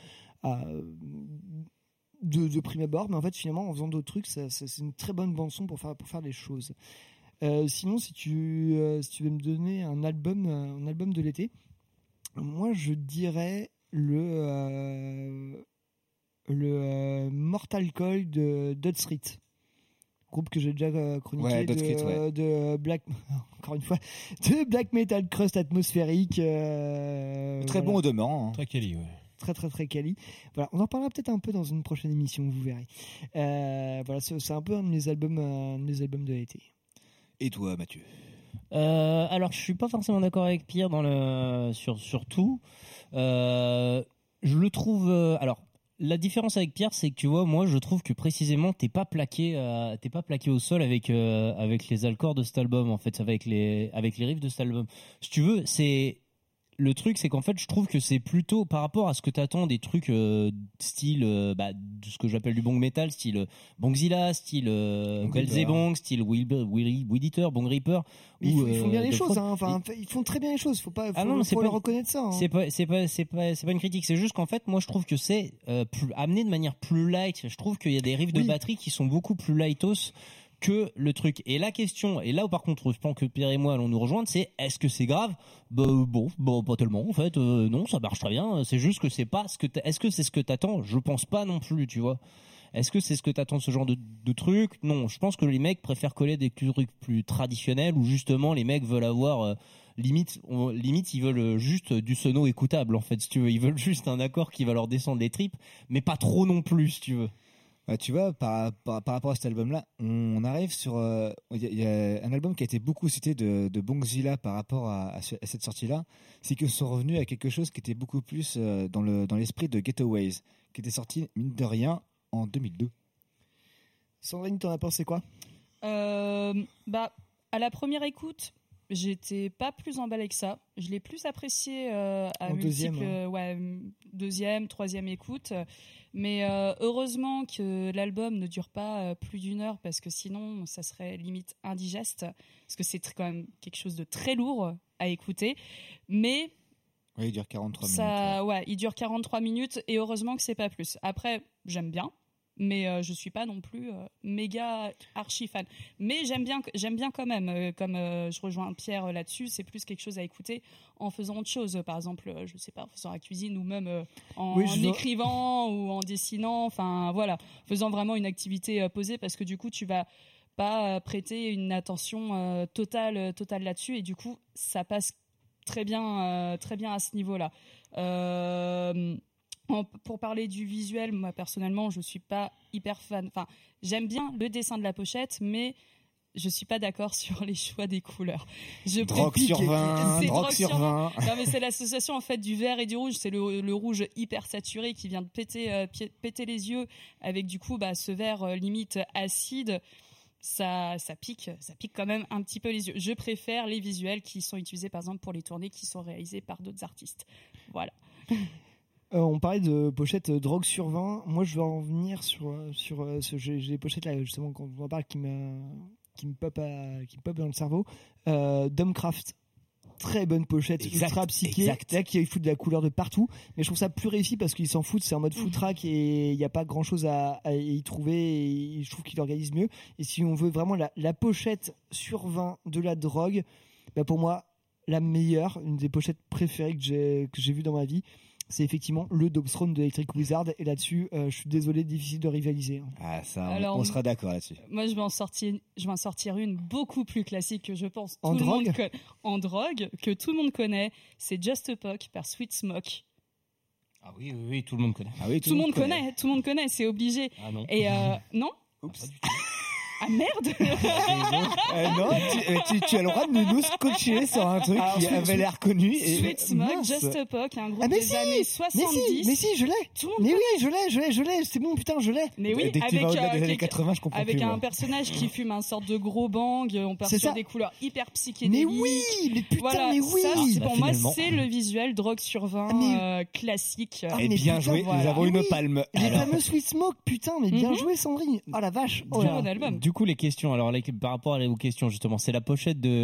[SPEAKER 2] de prime abord, mais en fait finalement en faisant d'autres trucs, c'est une très bonne bande son pour faire des choses. Sinon, si tu veux me donner un album de l'été, moi je dirais le Mortal Coil de Dead Street. groupe que j'ai déjà chroniqué
[SPEAKER 4] Ouais, Dot Crit, ouais.
[SPEAKER 2] de black, encore une fois, de black metal crust atmosphérique.
[SPEAKER 4] Très bon au demeurant. Hein.
[SPEAKER 3] Très quali, ouais.
[SPEAKER 2] Très quali. Voilà, on en parlera peut-être un peu dans une prochaine émission, vous verrez. Voilà, c'est un peu un de mes albums de l'été.
[SPEAKER 4] Et toi, Mathieu?
[SPEAKER 6] Alors, je suis pas forcément d'accord avec Pierre sur tout. Je le trouve. Alors, la différence avec Pierre, c'est que tu vois, moi, je trouve que précisément, t'es pas plaqué au sol avec les accords de cet album, en fait, avec les riffs de cet album. Si tu veux, le truc, c'est qu'en fait, je trouve que c'est plutôt par rapport à ce que t'attends des trucs style, de ce que j'appelle du bong metal, style Bongzilla, style Belzebong, style Weed Eater, Bong Reaper.
[SPEAKER 2] Ils font bien les choses, hein. Enfin, ils font très bien les choses. Faut le reconnaître ça. Hein.
[SPEAKER 6] C'est pas une critique. C'est juste qu'en fait, moi, je trouve que c'est amené de manière plus light. Je trouve qu'il y a des riffs de batterie qui sont beaucoup plus lightos que le truc. Et la question, et là où par contre je pense que Pierre et moi allons nous rejoindre, c'est est-ce que c'est grave? Bon, pas tellement en fait. Non, ça marche très bien. C'est juste que c'est pas ce que est-ce que c'est ce que t'attends? Je pense pas non plus, tu vois. Est-ce que c'est ce que t'attends de ce genre de truc? Non, je pense que les mecs préfèrent coller des trucs plus traditionnels où justement les mecs veulent avoir limite ils veulent juste du sono écoutable en fait, si tu veux. Ils veulent juste un accord qui va leur descendre les tripes, mais pas trop non plus, si tu veux.
[SPEAKER 4] Bah, tu vois, par rapport à cet album-là, on arrive sur... Il y a un album qui a été beaucoup cité de Bongzilla par rapport à cette sortie-là, c'est qu'ils sont revenus à quelque chose qui était beaucoup plus dans l'esprit de Getaways, qui était sorti, mine de rien, en 2002.
[SPEAKER 2] Sandrine, t'en as pensé quoi?
[SPEAKER 5] À la première écoute, j'étais pas plus emballée que ça. Je l'ai plus apprécié à deuxième, troisième écoute. Mais heureusement que l'album ne dure pas plus d'une heure parce que sinon ça serait limite indigeste parce que c'est quand même quelque chose de très lourd à écouter. Mais
[SPEAKER 4] oui, il dure 43
[SPEAKER 5] minutes. Ouais, il dure 43 minutes et heureusement que c'est pas plus. Après, j'aime bien. Mais je suis pas non plus méga archi fan. Mais j'aime bien quand même. Comme je rejoins Pierre là-dessus, c'est plus quelque chose à écouter en faisant autre chose. Par exemple, je sais pas, en faisant la cuisine ou même en écrivant ou en dessinant. Enfin voilà, faisant vraiment une activité posée parce que du coup tu vas pas prêter une attention totale là-dessus et du coup ça passe très bien à ce niveau-là. Pour parler du visuel, moi personnellement, je suis pas hyper fan. Enfin, j'aime bien le dessin de la pochette, mais je suis pas d'accord sur les choix des couleurs.
[SPEAKER 4] Drogue sur 20.
[SPEAKER 5] Non, mais c'est l'association en fait du vert et du rouge. C'est le rouge hyper saturé qui vient de péter les yeux avec du coup ce vert limite acide. Ça pique quand même un petit peu les yeux. Je préfère les visuels qui sont utilisés par exemple pour les tournées qui sont réalisées par d'autres artistes. Voilà.
[SPEAKER 2] On parlait de pochettes drogue sur 20. Moi, je vais en venir sur j'ai des pochettes là justement quand on en parle qui me pop dans le cerveau. Domcraft, très bonne pochette, ultra psyché, là qui fout de la couleur de partout. Mais je trouve ça plus réussi parce qu'ils s'en foutent. C'est en mode food track et il y a pas grand chose à y trouver. Et je trouve qu'il organise mieux. Et si on veut vraiment la pochette sur 20 de la drogue, pour moi la meilleure, une des pochettes préférées que j'ai vu dans ma vie. C'est effectivement le Dogthrone de Electric Wizard et là-dessus, je suis désolé, difficile de rivaliser.
[SPEAKER 4] Ah ça, on sera d'accord là-dessus.
[SPEAKER 5] Moi, je vais en sortir une beaucoup plus classique que je pense
[SPEAKER 2] en drogue,
[SPEAKER 5] que tout le monde connaît. C'est Just a Puck par Sweet Smoke.
[SPEAKER 6] Ah oui, tout le monde connaît.
[SPEAKER 5] Ah oui, tout le monde connaît, c'est obligé.
[SPEAKER 6] Ah non.
[SPEAKER 5] Et non.
[SPEAKER 4] Oups.
[SPEAKER 5] Ah merde.
[SPEAKER 4] Non, tu as le droit de nous scotcher sur un truc qui avait l'air connu.
[SPEAKER 5] Sweet Smoke, Just a Puck, un groupe des années 70.
[SPEAKER 2] Mais si, je l'ai. Mais oui, je l'ai. C'est bon, putain, je l'ai.
[SPEAKER 5] Mais oui,
[SPEAKER 4] dès que tu vas au-delà des années 80, je comprends
[SPEAKER 5] avec
[SPEAKER 4] plus.
[SPEAKER 5] Un personnage qui fume un sorte de gros bang, on part sur des couleurs hyper psychédéliques.
[SPEAKER 2] Mais oui, mais putain,
[SPEAKER 5] voilà,
[SPEAKER 2] mais oui.
[SPEAKER 5] Ça, pour moi, c'est le visuel drogue sur 20 classique.
[SPEAKER 4] Et bien joué, nous avons une palme.
[SPEAKER 2] Les fameux Sweet Smoke, putain, mais bien joué, Sandrine. Oh la vache.
[SPEAKER 5] Très bon album.
[SPEAKER 6] Du coup, les questions. Alors, par rapport aux questions, justement, c'est la pochette de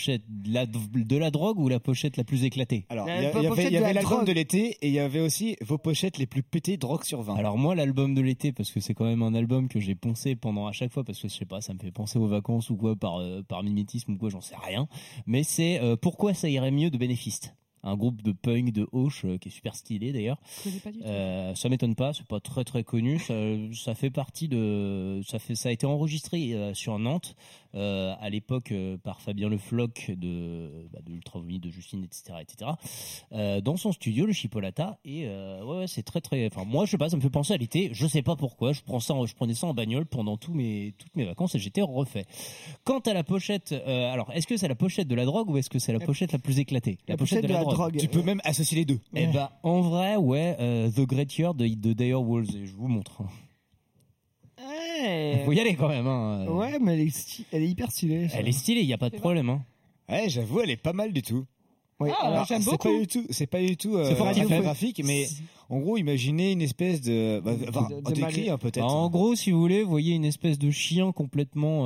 [SPEAKER 6] la drogue ou la pochette la plus éclatée?
[SPEAKER 4] Alors, il y avait l'album de l'été et il y avait aussi vos pochettes les plus pétées drogue sur 20.
[SPEAKER 6] Alors, moi, l'album de l'été, parce que c'est quand même un album que j'ai poncé pendant à chaque fois, parce que je sais pas, ça me fait penser aux vacances ou quoi, par mimétisme ou quoi, j'en sais rien. Mais c'est Pourquoi ça irait mieux de Bénéfice. un groupe de punk de Auch qui est super stylé d'ailleurs.
[SPEAKER 5] Je connais pas du tout.
[SPEAKER 6] Ça m'étonne pas, c'est pas très très connu. Ça fait partie de, ça a été enregistré sur Nantes à l'époque par Fabien Le Floch de Ultra Vomi, de Justine, etc. Dans son studio, le Chipolata. Et ouais, c'est très très. Enfin, moi, je sais pas, ça me fait penser à l'été. Je sais pas pourquoi. Je prenais ça en bagnole pendant toutes mes vacances et j'étais refait. Quant à la pochette, alors est-ce que c'est la pochette de la drogue ou est-ce que c'est la pochette la plus éclatée?
[SPEAKER 2] La pochette de la drogue.
[SPEAKER 4] Tu peux même associer les deux.
[SPEAKER 6] Eh ben, en vrai, ouais, The Great Year de Dire Wolves, et je vous montre.
[SPEAKER 2] Ouais.
[SPEAKER 6] Faut y aller quand même. Hein.
[SPEAKER 2] Ouais, mais elle est hyper stylée. ça.
[SPEAKER 6] Elle est stylée, il y a pas de problème. Hein.
[SPEAKER 4] Ouais, j'avoue, elle est pas mal du tout.
[SPEAKER 2] Ouais.
[SPEAKER 5] Ah, j'aime beaucoup.
[SPEAKER 4] C'est pas du tout
[SPEAKER 6] C'est fort
[SPEAKER 4] graphique, mais en gros, imaginez une espèce de.
[SPEAKER 2] de
[SPEAKER 4] Décrit hein, peut-être.
[SPEAKER 6] En gros, si vous voulez, vous voyez une espèce de chien complètement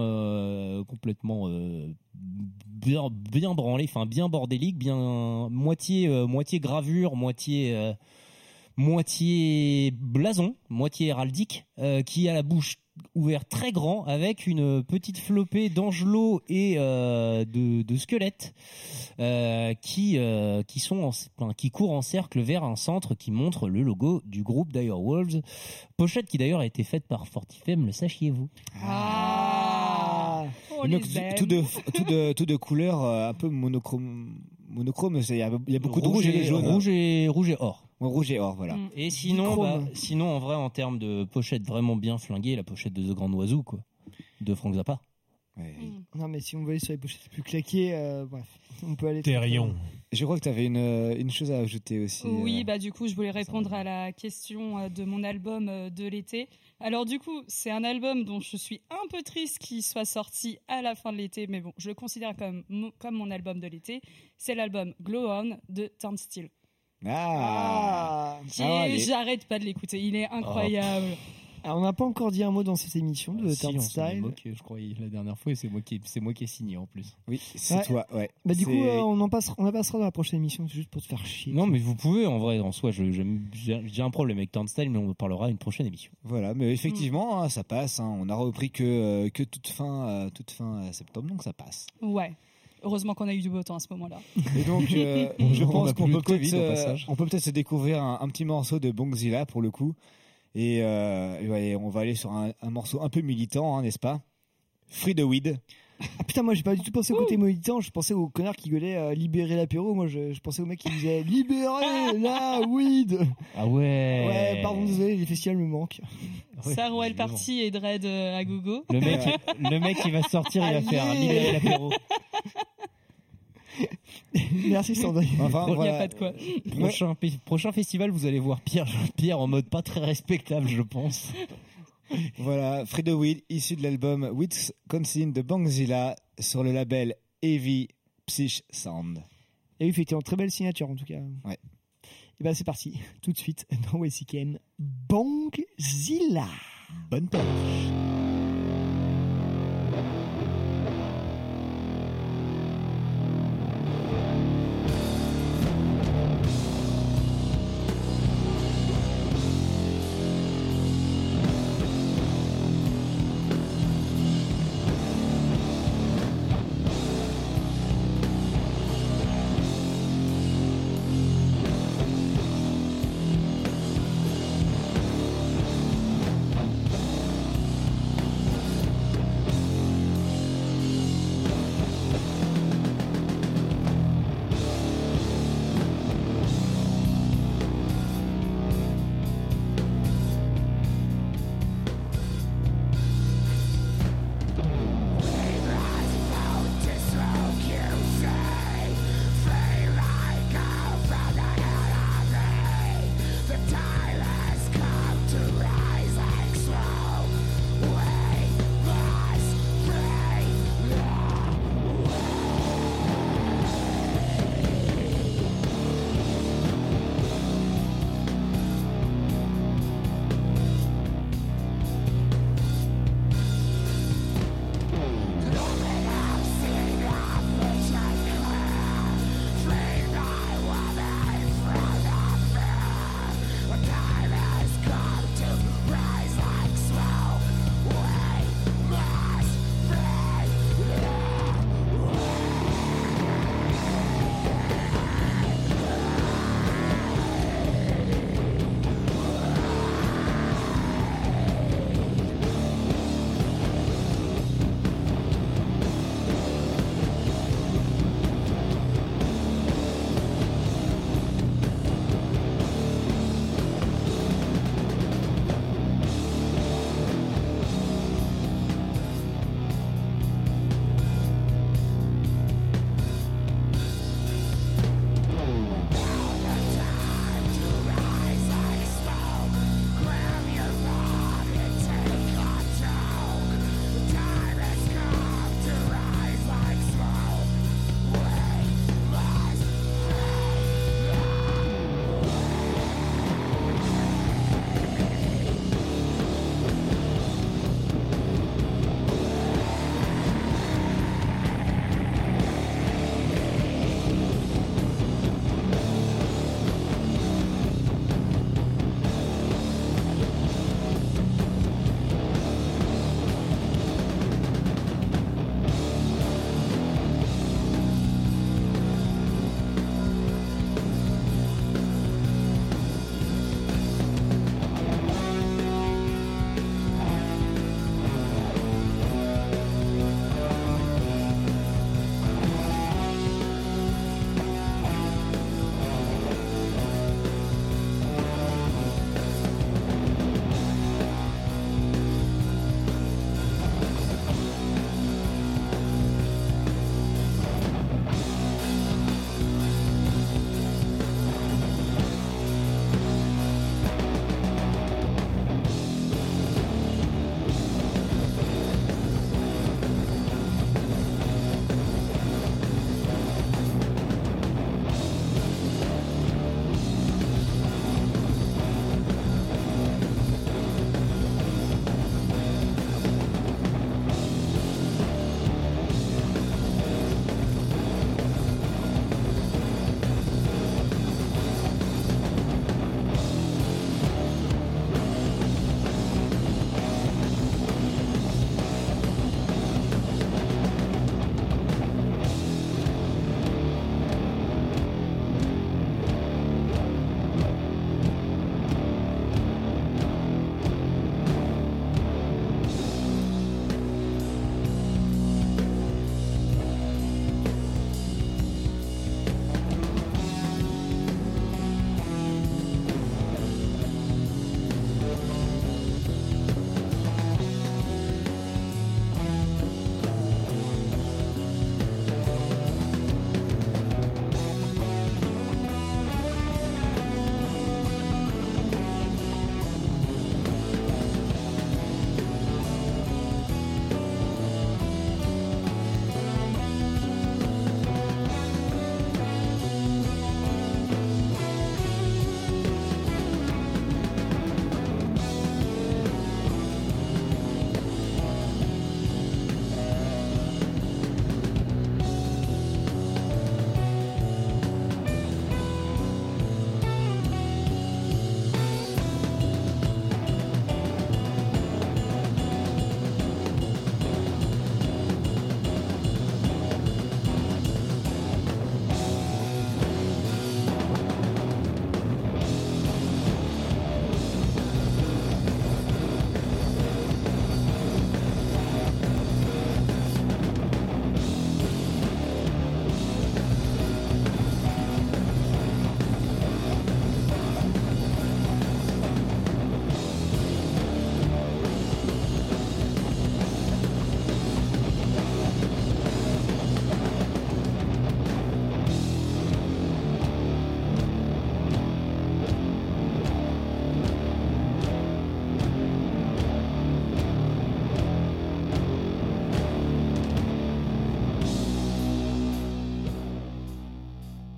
[SPEAKER 6] bien branlé, enfin bien bordélique, bien moitié gravure, moitié blason, moitié héraldique, qui a la bouche ouverte très grand avec une petite flopée d'angelots et de squelettes qui courent en cercle vers un centre qui montre le logo du groupe Dire Wolves. Pochette qui d'ailleurs a été faite par Fortifem, le sachiez-vous?
[SPEAKER 5] Oh, les aime.
[SPEAKER 4] tout de couleurs un peu monochrome. Il y a beaucoup de rouge et jaune.
[SPEAKER 6] Rouge et or.
[SPEAKER 4] Ouais, rouge et or, voilà.
[SPEAKER 6] Et sinon, en vrai, en termes de pochette vraiment bien flinguée, la pochette de The Grand Oiseau, quoi, de Frank Zappa.
[SPEAKER 4] Ouais.
[SPEAKER 2] Non, mais si on veut aller sur les pochettes plus claquées, bref, on peut aller.
[SPEAKER 3] Thérion.
[SPEAKER 4] Je crois que tu avais une chose à ajouter aussi.
[SPEAKER 5] Oui, bah du coup, je voulais répondre à la question de mon album de l'été. Alors du coup, c'est un album dont je suis un peu triste qu'il soit sorti à la fin de l'été, mais bon, je le considère comme mon album de l'été. C'est l'album Glow On de Turnstile. J'arrête pas de l'écouter, il est incroyable.
[SPEAKER 2] Alors, on n'a pas encore dit un mot dans cette émission de Turnstile.
[SPEAKER 6] Je crois la dernière fois, c'est moi qui ai signé en plus.
[SPEAKER 4] Oui, c'est toi, ouais.
[SPEAKER 2] Bah du coup, on en passera dans la prochaine émission, c'est juste pour te faire chier.
[SPEAKER 6] Non, mais vous pouvez, en vrai, en soi, j'ai un problème avec Turnstile, mais on en parlera à une prochaine émission.
[SPEAKER 4] Voilà, mais effectivement, hein, ça passe. Hein. On a repris que toute fin septembre, donc ça passe.
[SPEAKER 5] Ouais. Heureusement qu'on a eu du beau temps à ce moment-là.
[SPEAKER 4] Et donc, je pense qu'on peut
[SPEAKER 6] Covid, au passage.
[SPEAKER 4] on peut peut-être se découvrir un petit morceau de Bongzilla pour le coup. Et on va aller sur un morceau un peu militant, hein, n'est-ce pas? Free the Weed.
[SPEAKER 2] Ah putain, moi j'ai pas du tout pensé au côté militant, je pensais au connard qui gueulait libérer l'apéro. Moi je pensais au mec qui disait libérer la weed.
[SPEAKER 6] Ah ouais.
[SPEAKER 2] Ouais, pardon, désolé, les festivals me manquent.
[SPEAKER 6] Ouais,
[SPEAKER 5] Sarwell Party et Dread à gogo.
[SPEAKER 6] Le mec qui va sortir, il va faire libérer l'apéro.
[SPEAKER 2] Merci Sandrine.
[SPEAKER 4] Enfin,
[SPEAKER 5] Il n'y
[SPEAKER 4] voilà.
[SPEAKER 5] a pas de quoi.
[SPEAKER 6] Prochain festival, vous allez voir Pierre en mode pas très respectable, je pense.
[SPEAKER 4] Voilà, Free the Weed, issu de l'album Wisconsin de Bongzilla sur le label Heavy Psych Sound.
[SPEAKER 2] Et oui, effectivement, très belle signature en tout cas.
[SPEAKER 4] Ouais.
[SPEAKER 2] Et ben c'est parti, tout de suite dans YCKM Bongzilla.
[SPEAKER 4] Bonne pêche.
[SPEAKER 16] Bongzilla.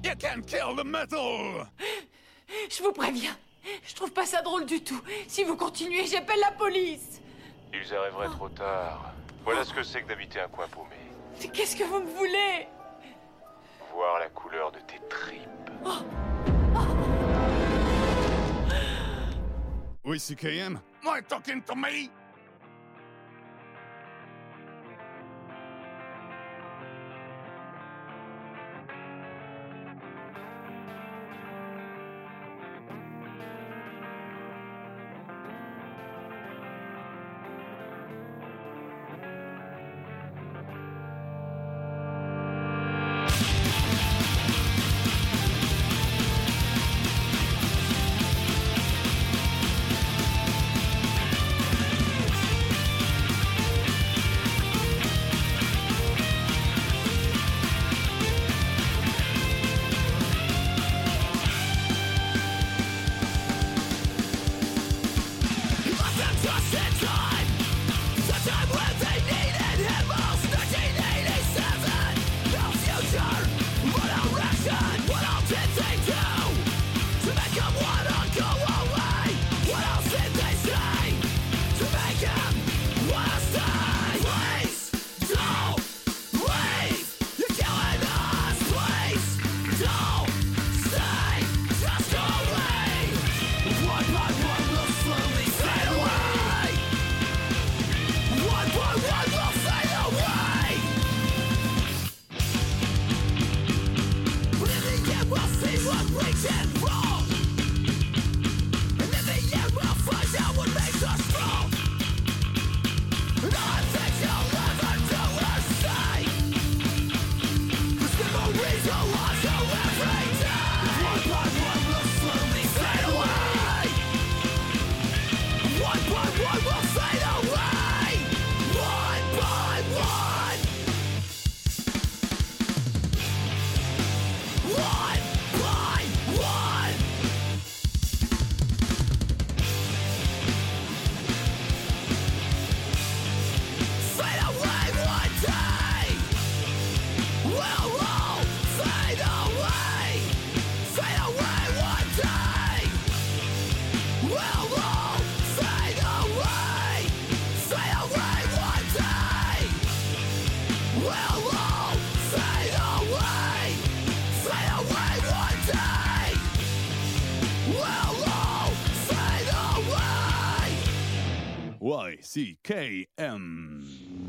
[SPEAKER 12] You can't kill the metal!
[SPEAKER 13] Je vous préviens, je trouve pas ça drôle du tout. Si vous continuez, j'appelle la police.
[SPEAKER 18] Ils arriveraient trop tard. Voilà ce que c'est que d'habiter un coin paumé.
[SPEAKER 13] Mais qu'est-ce que vous me voulez?
[SPEAKER 18] Voir la couleur de tes tripes.
[SPEAKER 12] YCKM? Am I talking to me? YCKM.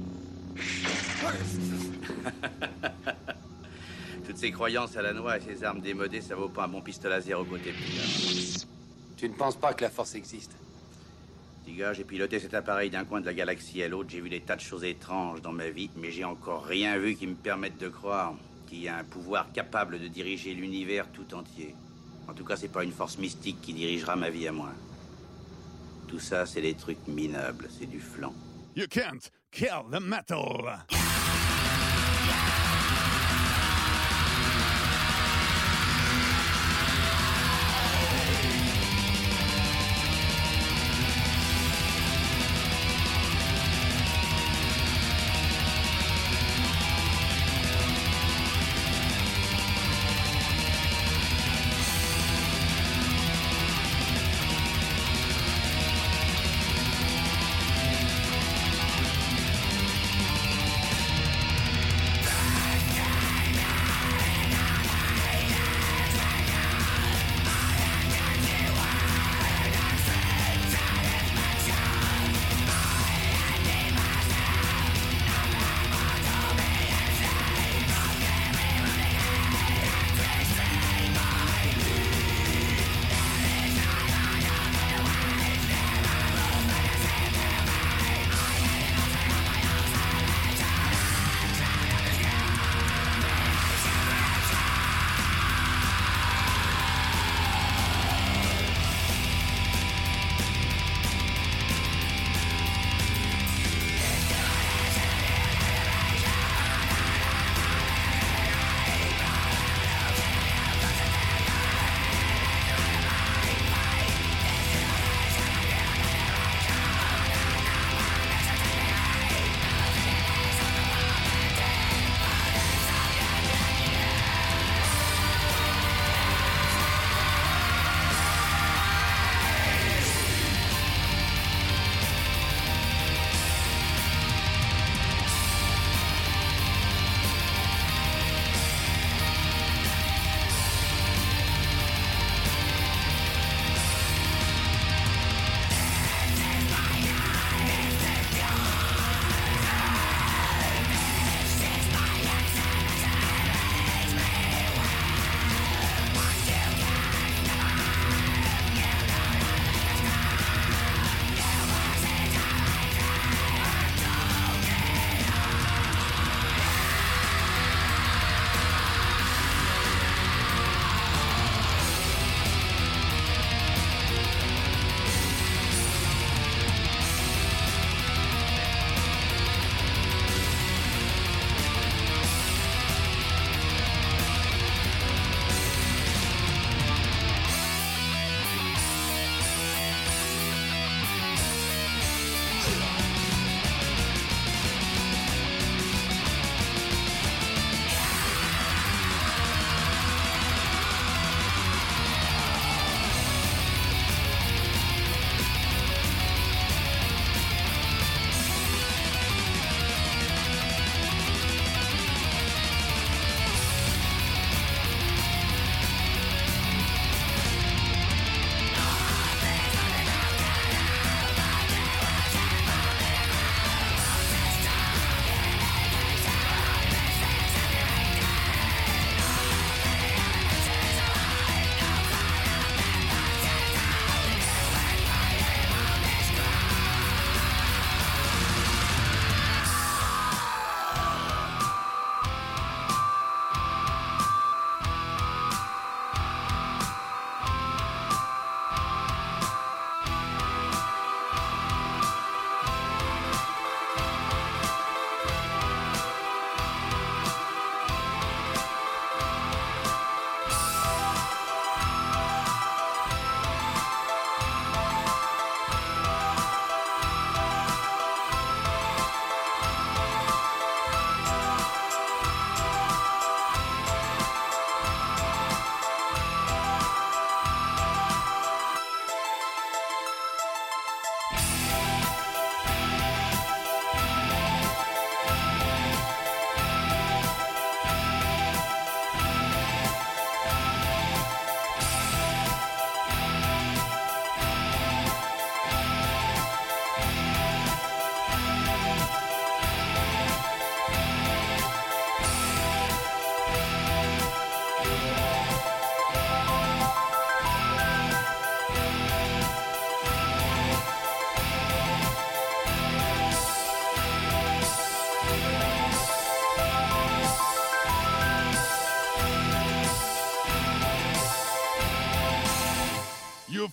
[SPEAKER 19] Toutes ces croyances à la noix et ces armes démodées, ça vaut pas un bon pistolet à zéro côté.
[SPEAKER 20] Tu ne penses pas que la force existe?
[SPEAKER 19] Petit gars, j'ai piloté cet appareil d'un coin de la galaxie à l'autre, j'ai vu des tas de choses étranges dans ma vie, mais j'ai encore rien vu qui me permette de croire qu'il y a un pouvoir capable de diriger l'univers tout entier. En tout cas, c'est pas une force mystique qui dirigera ma vie à moi. Tout ça, c'est des trucs minables, c'est du flan.
[SPEAKER 12] You can't kill the metal!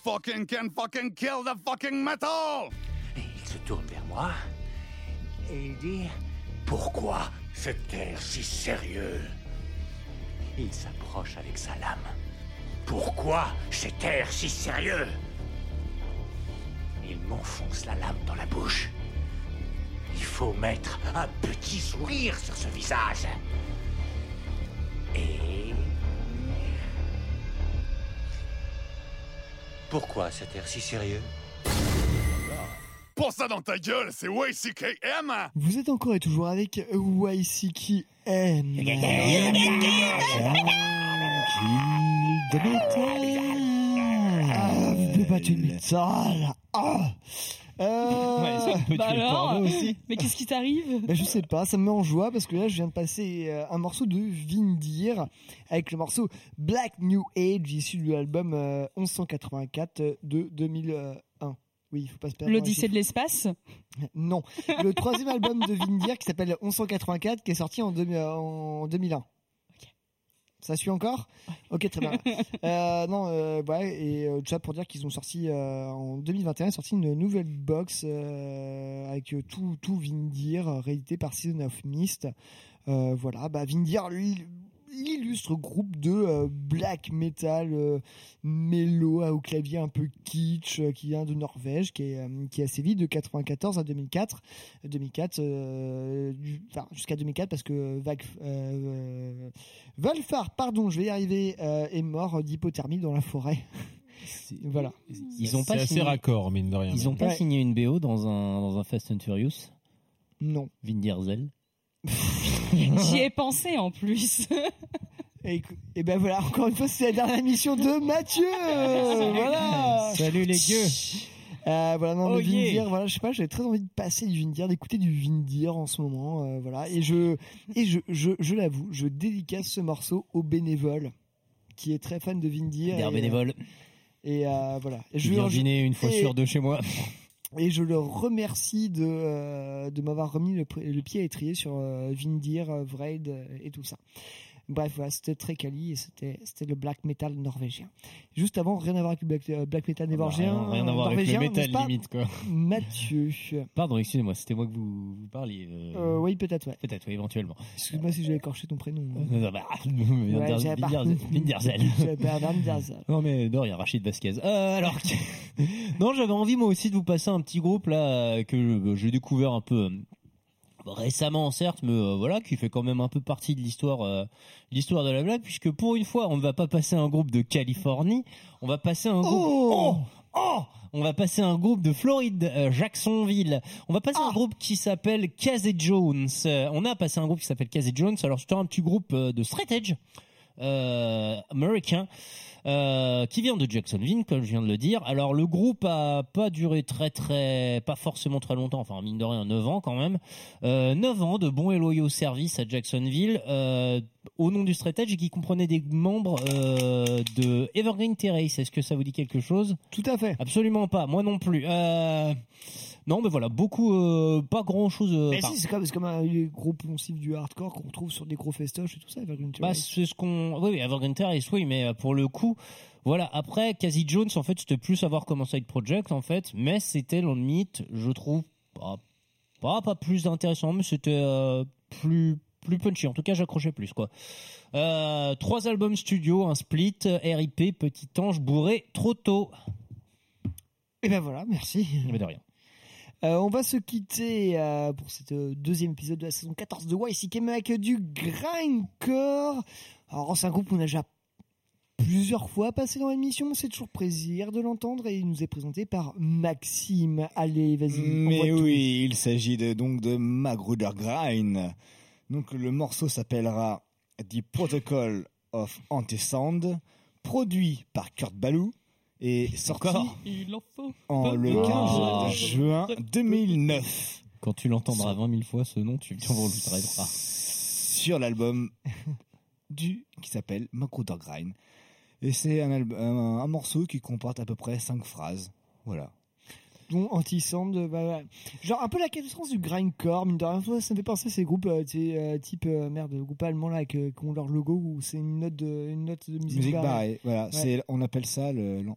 [SPEAKER 12] fucking can fucking kill the fucking metal!
[SPEAKER 1] Et il se tourne vers moi et il dit pourquoi cet air si sérieux? Il s'approche avec sa lame. Pourquoi cet air si sérieux? Il m'enfonce la lame dans la bouche. Il faut mettre un petit sourire sur ce visage. Et... pourquoi cet air si sérieux?
[SPEAKER 12] Pour ça dans ta gueule, c'est YCKM!
[SPEAKER 2] Vous êtes encore et toujours avec YCKM. Vous pouvez pas tuer le métal.
[SPEAKER 5] Bah alors, mais qu'est-ce qui t'arrive?
[SPEAKER 2] Je sais pas, ça me met en joie parce que là je viens de passer un morceau de Vindir avec le morceau Black New Age issu de l'album 1184 de 2001. Oui, il faut pas se perdre.
[SPEAKER 5] L'Odyssée de l'espace?
[SPEAKER 2] Non, le troisième album de Vindir qui s'appelle 1184 qui est sorti en 2001. Ça suit encore? Ok, très bien. Tout ça pour dire qu'ils ont sorti en 2021 une nouvelle box avec tout Vindir réédité par Season of Mist. Vindir, l'illustre groupe de black metal mélo au clavier un peu kitsch qui vient de Norvège, qui a sévi de 94 à 2004. Jusqu'à 2004 parce que Valfar, je vais y arriver, est mort d'hypothermie dans la forêt. Voilà.
[SPEAKER 3] C'est assez raccord, mine de rien.
[SPEAKER 6] Ils ont pas signé une BO dans un Fast and Furious?
[SPEAKER 2] Non.
[SPEAKER 6] Vin Diesel.
[SPEAKER 5] J'y ai pensé en plus.
[SPEAKER 2] Et ben voilà, encore une fois, c'est la dernière émission de Mathieu. Voilà.
[SPEAKER 6] Salut les gueux.
[SPEAKER 2] Vindir, je sais pas, j'avais très envie de passer du Vindir, d'écouter du Vindir en ce moment, Et je l'avoue, je dédicace ce morceau au bénévole qui est très fan de Vindir.
[SPEAKER 6] Bénévole.
[SPEAKER 2] Et voilà.
[SPEAKER 6] Je viens dîner une fois sur deux chez moi.
[SPEAKER 2] Et je le remercie de m'avoir remis le pied à étrier sur Vindir, Vraid et tout ça. Bref, voilà, c'était très quali et c'était le black metal norvégien. Juste avant, rien à voir avec le black metal norvégien.
[SPEAKER 6] Rien à voir avec le metal limite, quoi.
[SPEAKER 2] Mathieu.
[SPEAKER 6] Pardon, excusez-moi, c'était moi que vous parliez.
[SPEAKER 2] Oui, peut-être, ouais.
[SPEAKER 6] Peut-être, oui, éventuellement.
[SPEAKER 2] Excuse-moi si j'ai écorché ton prénom.
[SPEAKER 6] Vin Diesel. Non, mais de rien, Rachid Vasquez. Non, j'avais envie moi aussi de vous passer un petit groupe là que j'ai découvert un peu récemment, certes, mais qui fait quand même un peu partie de l'histoire de la blague, puisque pour une fois, on ne va pas passer un groupe de Californie, on va passer un groupe. On va passer un groupe de Floride, Jacksonville. On va passer un groupe qui s'appelle Casey Jones. On a passé un groupe qui s'appelle Casey Jones. Alors c'était un petit groupe de straight edge américain. Qui vient de Jacksonville, comme je viens de le dire. Alors le groupe a pas duré pas forcément très longtemps, enfin mine de rien 9 ans quand même. 9 ans de bons et loyaux services à Jacksonville au nom du straight edge et qui comprenait des membres de Evergreen Terrace. Est-ce que ça vous dit quelque chose?
[SPEAKER 2] Tout à fait.
[SPEAKER 6] Absolument pas, moi non plus. Non, mais voilà, beaucoup, pas grand chose.
[SPEAKER 2] C'est comme un gros poncif du hardcore qu'on retrouve sur des gros festoches et tout ça, Evergreen Terrace.
[SPEAKER 6] C'est ce qu'on. Oui, Evergreen Terrace, oui, mais pour le coup, voilà. Après, Casey Jones, en fait, c'était plus avoir comme un side project, en fait, mais c'était limite, je trouve, pas plus intéressant, mais c'était plus punchy. En tout cas, j'accrochais plus, quoi. 3 albums studio, un split, RIP, Petit Ange, bourré, trop tôt.
[SPEAKER 2] Et ben voilà, merci.
[SPEAKER 6] Mais de rien.
[SPEAKER 2] On va se quitter pour cette deuxième épisode de la saison 14 de YCKM avec du grindcore. Alors c'est un groupe qu'on a déjà plusieurs fois passé dans l'émission, mais c'est toujours plaisir de l'entendre et il nous est présenté par Maxime. Allez, vas-y.
[SPEAKER 4] Mais oui, il s'agit donc de Magruder Grind. Donc le morceau s'appellera The Protocol of Anti-Sound, produit par Kurt Ballou. Et sorti le 15 juin 2009.
[SPEAKER 6] Quand tu l'entendras 20 000 fois, ce nom, tu l'entendras
[SPEAKER 4] sur l'album qui s'appelle Magruder Grind. Et c'est un morceau qui comporte à peu près 5 phrases. Voilà.
[SPEAKER 2] dont Anti-Sound, genre un peu la quintessence du grindcore, mine de rien, ça me fait penser à ces groupes type groupes allemands là qui ont leur logo où c'est une note de musique
[SPEAKER 4] barrée. Voilà, ouais. On appelle ça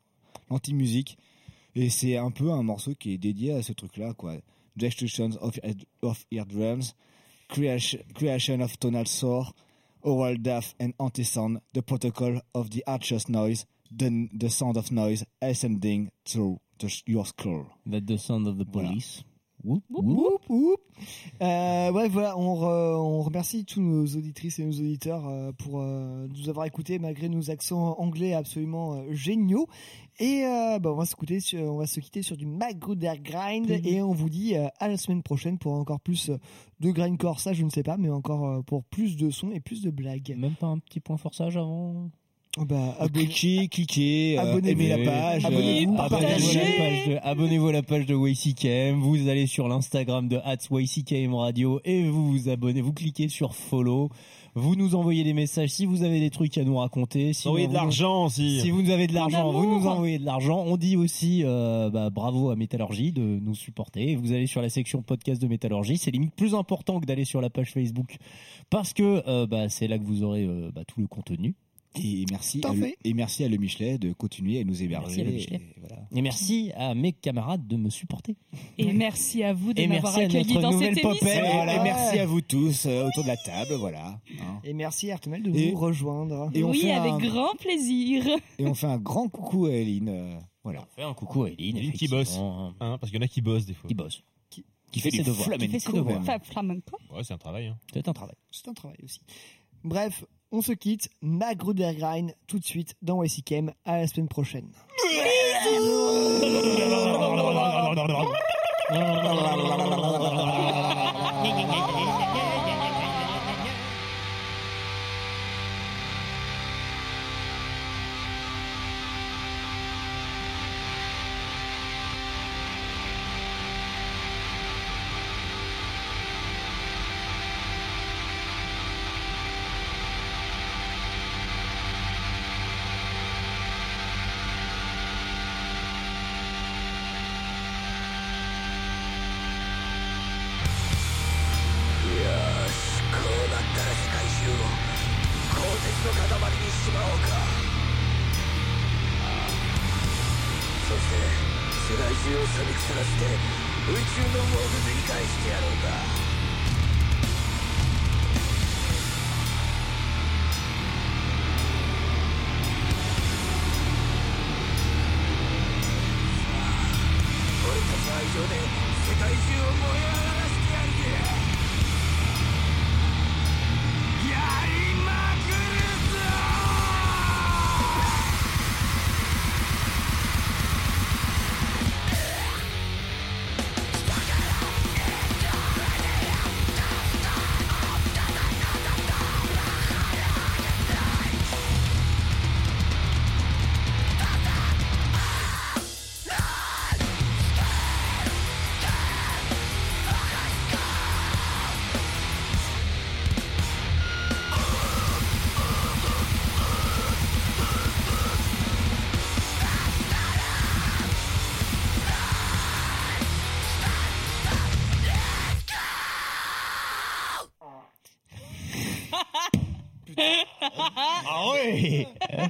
[SPEAKER 4] anti-musique. Et c'est un peu un morceau qui est dédié à ce truc-là, quoi. Destruction of eardrums, creation of tonal soar, oral death and anti-sound, the protocol of the archer's noise, the sound of noise ascending through your skull.
[SPEAKER 6] That's the sound of the police.
[SPEAKER 2] Whoop, whoop, whoop. Ouais, voilà, on remercie tous nos auditrices et nos auditeurs pour nous avoir écoutés malgré nos accents anglais absolument géniaux. Et on va se quitter sur du Magruder Grind et on vous dit à la semaine prochaine pour encore plus de grindcore, ça je ne sais pas, mais encore pour plus de sons et plus de blagues.
[SPEAKER 6] Même pas un petit point forçage avant.
[SPEAKER 4] Cliquez,
[SPEAKER 2] abonnez-vous.
[SPEAKER 4] aimez la page,
[SPEAKER 6] abonnez-vous à la page de YCKM, vous allez sur l'Instagram de @YCKM Radio et vous vous abonnez, vous cliquez sur follow, vous nous envoyez des messages si vous avez des trucs à nous raconter, si
[SPEAKER 3] vous avez de l'argent aussi.
[SPEAKER 6] Si vous avez de l'argent, vous nous envoyez de l'argent. On dit aussi bravo à Métallurgie de nous supporter. Vous allez sur la section podcast de Métallurgie, c'est limite plus important que d'aller sur la page Facebook parce que c'est là que vous aurez tout le contenu.
[SPEAKER 4] Et merci à Le Michelet de continuer à nous héberger.
[SPEAKER 6] Et merci à mes camarades de me supporter.
[SPEAKER 5] Et merci à vous de
[SPEAKER 6] et
[SPEAKER 5] m'avoir
[SPEAKER 6] merci
[SPEAKER 5] accueilli
[SPEAKER 6] à notre
[SPEAKER 5] dans
[SPEAKER 6] nouvelle
[SPEAKER 5] cette émission.
[SPEAKER 4] Et merci à vous tous autour de la table, voilà.
[SPEAKER 2] Et merci Artemel de nous rejoindre.
[SPEAKER 5] Et oui, avec grand plaisir.
[SPEAKER 4] Et on fait un grand coucou à Eline. Voilà.
[SPEAKER 6] On fait un coucou à Eline.
[SPEAKER 3] Eline qui bosse. Parce qu'il y en a qui bossent des fois.
[SPEAKER 6] Qui bosse.
[SPEAKER 4] Qui fait ses devoirs.
[SPEAKER 5] Flamenco.
[SPEAKER 3] Ouais, c'est un travail. Hein.
[SPEAKER 6] C'est un travail.
[SPEAKER 2] C'est un travail aussi. Bref, on se quitte. Magruder Grind tout de suite dans YCKM. À la semaine prochaine.
[SPEAKER 6] Ah ouais.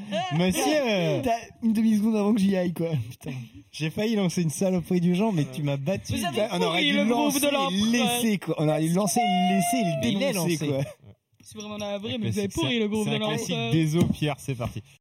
[SPEAKER 6] Monsieur,
[SPEAKER 2] T'as une demi-seconde avant que j'y aille, quoi. Putain.
[SPEAKER 6] J'ai failli lancer une saloperie du genre, mais tu m'as battu.
[SPEAKER 5] Vous avez
[SPEAKER 6] On aurait
[SPEAKER 5] pourri
[SPEAKER 6] dû
[SPEAKER 5] le groupe
[SPEAKER 6] lancer
[SPEAKER 5] de
[SPEAKER 6] et
[SPEAKER 5] l'empereur.
[SPEAKER 6] laisser, quoi. On aurait dû lancer, le laisser et le
[SPEAKER 5] Il est
[SPEAKER 6] dénoncer,
[SPEAKER 5] lancé.
[SPEAKER 6] quoi.
[SPEAKER 5] C'est vraiment navré, mais vous avez pourri le groupe
[SPEAKER 3] C'est
[SPEAKER 5] de
[SPEAKER 3] un classique
[SPEAKER 5] l'empereur.
[SPEAKER 3] des eaux, Pierre, c'est parti.